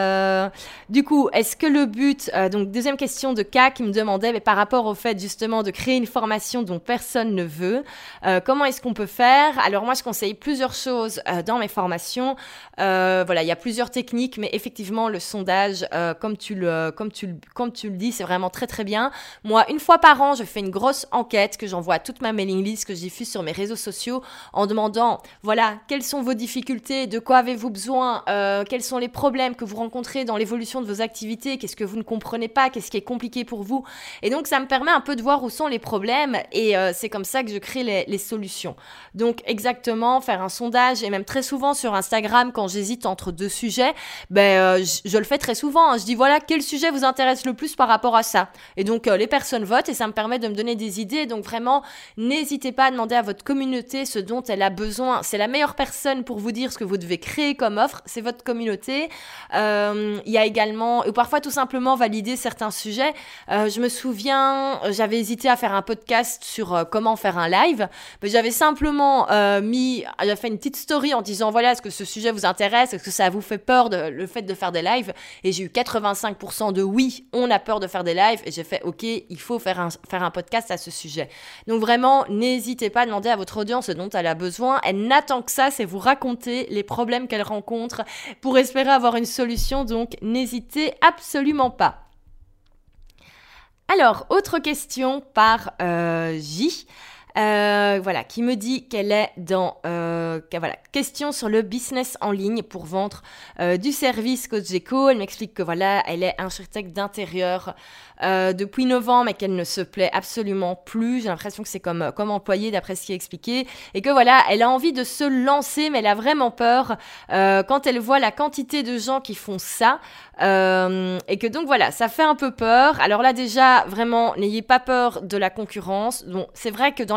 Du coup, est-ce que le but... donc, deuxième question de K qui me demandait, par rapport au fait justement de créer une formation dont personne ne veut, comment est-ce qu'on peut faire? Alors moi, je conseille plusieurs choses dans mes formations. Voilà, il y a plusieurs techniques, mais effectivement, le sondage, comme tu le dis, c'est vraiment très très bien. Moi, une fois par an, je fais une grosse enquête que j'envoie à toute ma mailing list, que je diffuse sur mes réseaux sociaux, en demandant, voilà, quelles sont vos difficultés, de quoi avez-vous besoin, quels sont les problèmes que vous rencontrez dans l'évolution de vos activités, qu'est-ce que vous ne comprenez pas, qu'est-ce qui est compliqué pour vous. Et donc, ça me permet un peu de voir où sont les problèmes, et c'est comme ça que je crée les solutions. Donc, exactement, faire un sondage, et même très souvent sur Instagram, quand j'hésite entre deux sujets, je le fais très souvent, hein. Je dis, voilà, quel sujet vous intéresse le plus par rapport à ça? Et donc, les personnes votent, et ça me permet de me donner des idées. Donc, vraiment, n'hésitez pas à demander à votre communauté ce dont elle a besoin. C'est la meilleure personne pour vous dire ce que vous devez créer comme offre, c'est votre communauté. Il y a également, ou parfois tout simplement valider certains sujets. Je me souviens, j'avais hésité à faire un podcast sur comment faire un live, mais j'avais simplement j'avais fait une petite story en disant, voilà, est-ce que ce sujet vous intéresse, est-ce que ça vous fait peur le fait de faire des lives? Et j'ai eu 85% de oui, on a peur de faire des lives, et j'ai fait, ok, il faut faire un podcast à ce sujet. Donc vraiment, n'hésitez pas à demander à votre audience ce dont elle a besoin. Elle n'attend que ça, c'est vous raconter les problèmes qu'elle rencontre pour espérer avoir une solution. Donc n'hésitez absolument pas. Alors, autre question par J. Voilà, qui me dit qu'elle est dans question sur le business en ligne pour vendre du service Coach Éco. Elle m'explique que voilà, elle est architecte d'intérieur depuis novembre, et qu'elle ne se plaît absolument plus. J'ai l'impression que c'est comme employée d'après ce qui est expliqué, et que voilà, elle a envie de se lancer, mais elle a vraiment peur quand elle voit la quantité de gens qui font ça, et que donc voilà, ça fait un peu peur. Alors là déjà, vraiment, n'ayez pas peur de la concurrence. Bon, c'est vrai que dans la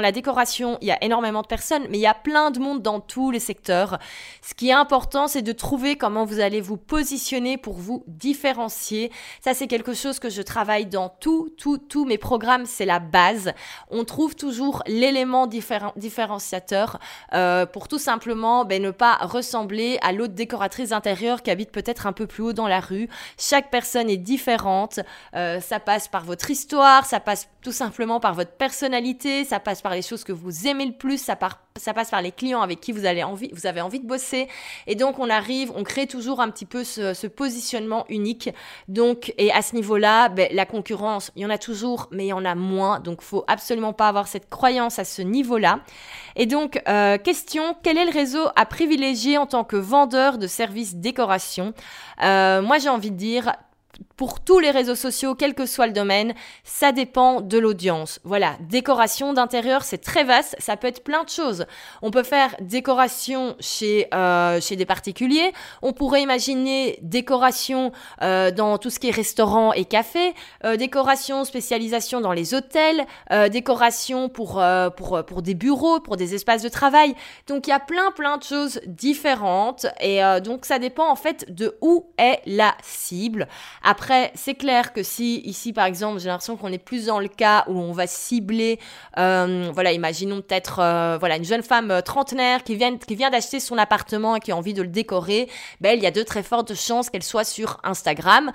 la décoration, il y a énormément de personnes, mais il y a plein de monde dans tous les secteurs. Ce qui est important, c'est de trouver comment vous allez vous positionner pour vous différencier. Ça, c'est quelque chose que je travaille dans tous mes programmes, c'est la base. On trouve toujours l'élément différenciateur pour tout simplement ne pas ressembler à l'autre décoratrice intérieure qui habite peut-être un peu plus haut dans la rue. Chaque personne est différente. Ça passe par votre histoire, ça passe tout simplement par votre personnalité, ça passe par les choses que vous aimez le plus, ça passe par les clients avec qui vous avez envie de bosser. Et donc, on crée toujours un petit peu ce positionnement unique. Donc, et à ce niveau-là, la concurrence, il y en a toujours, mais il y en a moins. Donc, faut absolument pas avoir cette croyance à ce niveau-là. Et donc, question, quel est le réseau à privilégier en tant que vendeur de services décoration ? Moi, j'ai envie de dire, pour tous les réseaux sociaux, quel que soit le domaine, ça dépend de l'audience. Voilà, décoration d'intérieur, c'est très vaste, ça peut être plein de choses. On peut faire décoration chez des particuliers, on pourrait imaginer décoration dans tout ce qui est restaurant et café, décoration, spécialisation dans les hôtels, décoration pour des bureaux, pour des espaces de travail. Donc il y a plein de choses différentes et donc ça dépend en fait de où est la cible. Après, c'est clair que si, ici, par exemple, j'ai l'impression qu'on est plus dans le cas où on va cibler, imaginons peut-être, une jeune femme trentenaire qui vient d'acheter son appartement et qui a envie de le décorer, il y a de très fortes chances qu'elle soit sur Instagram.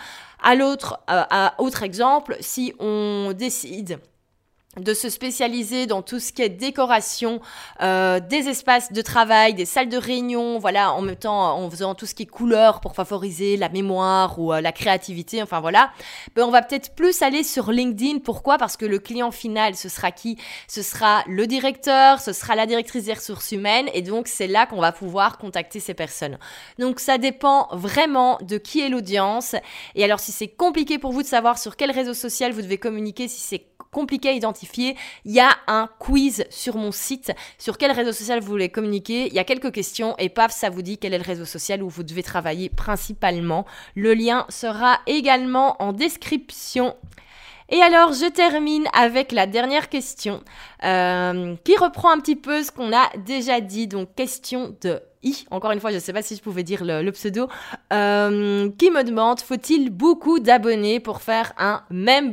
Autre exemple, si on décide de se spécialiser dans tout ce qui est décoration des espaces de travail, des salles de réunion, en même temps en faisant tout ce qui est couleur pour favoriser la mémoire ou la créativité, on va peut-être plus aller sur LinkedIn. Pourquoi ? Parce que le client final, ce sera qui ? Ce sera le directeur, ce sera la directrice des ressources humaines et donc c'est là qu'on va pouvoir contacter ces personnes. Donc ça dépend vraiment de qui est l'audience. Et alors si c'est compliqué pour vous de savoir sur quel réseau social vous devez communiquer, si c'est compliqué à identifier, il y a un quiz sur mon site. Sur quel réseau social vous voulez communiquer ? Il y a quelques questions et paf, ça vous dit quel est le réseau social où vous devez travailler principalement. Le lien sera également en description. Et alors, je termine avec la dernière question qui reprend un petit peu ce qu'on a déjà dit. Donc, question de encore une fois, je ne sais pas si je pouvais dire le pseudo, qui me demande, faut-il beaucoup d'abonnés pour faire un membership ?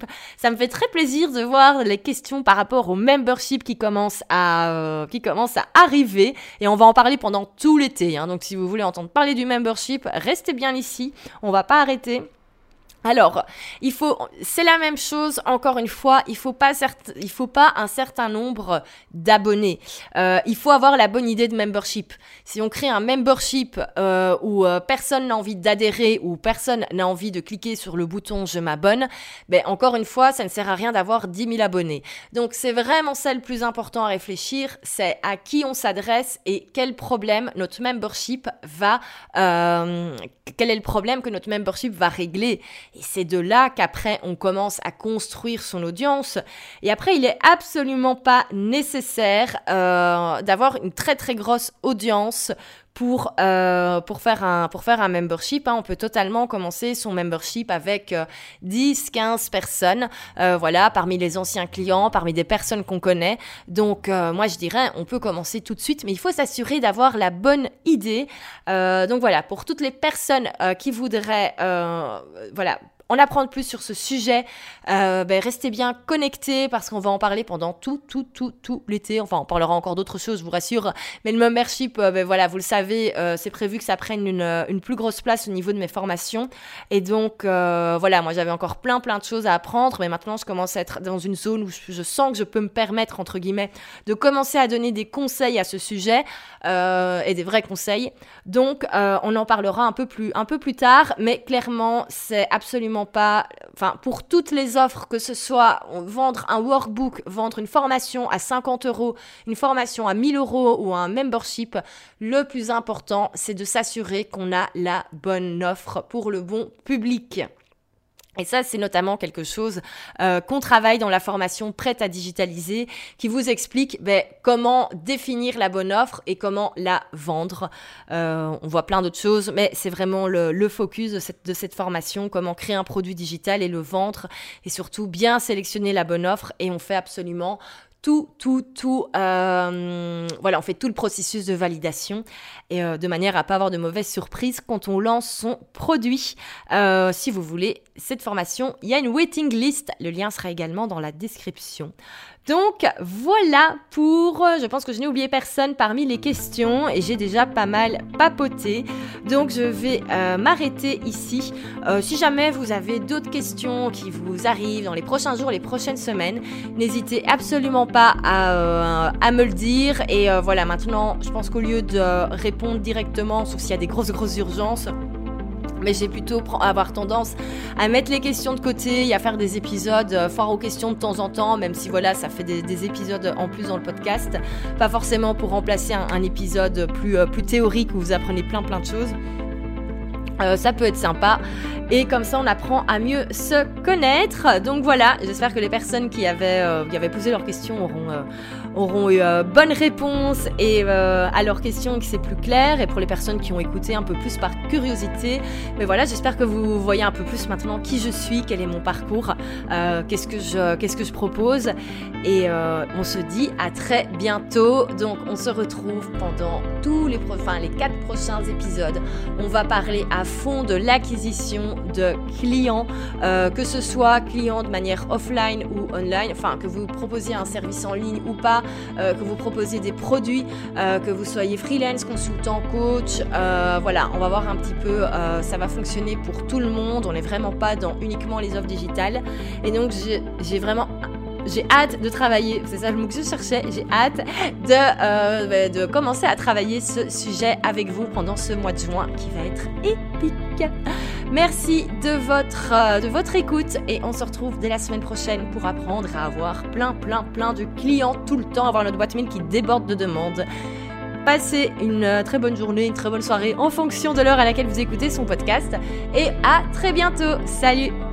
Ça me fait très plaisir de voir les questions par rapport au membership qui commencent à arriver et on va en parler pendant tout l'été. Donc, si vous voulez entendre parler du membership, restez bien ici, on va pas arrêter. Alors, c'est la même chose, encore une fois, il faut pas un certain nombre d'abonnés. Il faut avoir la bonne idée de membership. Si on crée un membership où personne n'a envie d'adhérer ou personne n'a envie de cliquer sur le bouton « Je m'abonne », encore une fois, ça ne sert à rien d'avoir 10 000 abonnés. Donc, c'est vraiment ça le plus important à réfléchir, c'est à qui on s'adresse et quel problème notre membership quel est le problème que notre membership va régler. Et c'est de là qu'après, on commence à construire son audience. Et après, il est absolument pas nécessaire d'avoir une très, très grosse audience pour faire un membership. On peut totalement commencer son membership avec 10, 15 personnes, parmi les anciens clients, parmi des personnes qu'on connaît. Donc, moi, je dirais, on peut commencer tout de suite, mais il faut s'assurer d'avoir la bonne idée. Donc, voilà, pour toutes les personnes qui voudraient, en apprendre plus sur ce sujet, restez bien connectés parce qu'on va en parler pendant tout l'été. Enfin, on parlera encore d'autres choses, je vous rassure. Mais le membership, vous le savez, c'est prévu que ça prenne une plus grosse place au niveau de mes formations. Et donc, moi, j'avais encore plein de choses à apprendre. Mais maintenant, je commence à être dans une zone où je sens que je peux me permettre, entre guillemets, de commencer à donner des conseils à ce sujet et des vrais conseils. Donc, on en parlera un peu plus tard. Mais clairement, c'est absolument pas, pour toutes les offres, que ce soit vendre un workbook, vendre une formation à 50 €, une formation à 1 000 € ou un membership, le plus important, c'est de s'assurer qu'on a la bonne offre pour le bon public. Et ça, c'est notamment quelque chose qu'on travaille dans la formation Prête à digitaliser, qui vous explique comment définir la bonne offre et comment la vendre. On voit plein d'autres choses, mais c'est vraiment le focus de cette formation, comment créer un produit digital et le vendre, et surtout bien sélectionner la bonne offre. Et on fait absolument on fait tout le processus de validation et de manière à pas avoir de mauvaises surprises quand on lance son produit. Si vous voulez cette formation, il y a une waiting list. Le lien sera également dans la description. Donc voilà je pense que je n'ai oublié personne parmi les questions et j'ai déjà pas mal papoté. Donc je vais m'arrêter ici. Si jamais vous avez d'autres questions qui vous arrivent dans les prochains jours, les prochaines semaines, n'hésitez absolument pas à me le dire. Et voilà, maintenant, je pense qu'au lieu de répondre directement, sauf s'il y a des grosses urgences, mais j'ai plutôt avoir tendance à mettre les questions de côté et à faire des épisodes foire aux questions de temps en temps, même si voilà, ça fait des épisodes en plus dans le podcast. Pas forcément pour remplacer un épisode plus théorique où vous apprenez plein de choses. Ça peut être sympa et comme ça on apprend à mieux se connaître. Donc voilà, j'espère que les personnes qui avaient posé leurs questions auront eu bonne réponse et à leurs questions que c'est plus clair, et pour les personnes qui ont écouté un peu plus par curiosité. Mais voilà, j'espère que vous voyez un peu plus maintenant qui je suis, quel est mon parcours, qu'est-ce que je propose, et on se dit à très bientôt. Donc on se retrouve pendant les 4 prochains épisodes. On va parler à fond de l'acquisition de clients, que ce soit clients de manière offline ou online, enfin que vous proposiez un service en ligne ou pas, que vous proposiez des produits, que vous soyez freelance, consultant, coach, voilà, on va voir un petit peu, ça va fonctionner pour tout le monde, on n'est vraiment pas dans uniquement les offres digitales, et donc j'ai hâte de travailler, c'est ça le mot que je cherchais, j'ai hâte de commencer à travailler ce sujet avec vous pendant ce mois de juin qui va être épique. Merci de votre écoute et on se retrouve dès la semaine prochaine pour apprendre à avoir plein de clients tout le temps, avoir notre boîte mail qui déborde de demandes. Passez une très bonne journée, une très bonne soirée en fonction de l'heure à laquelle vous écoutez son podcast et à très bientôt. Salut!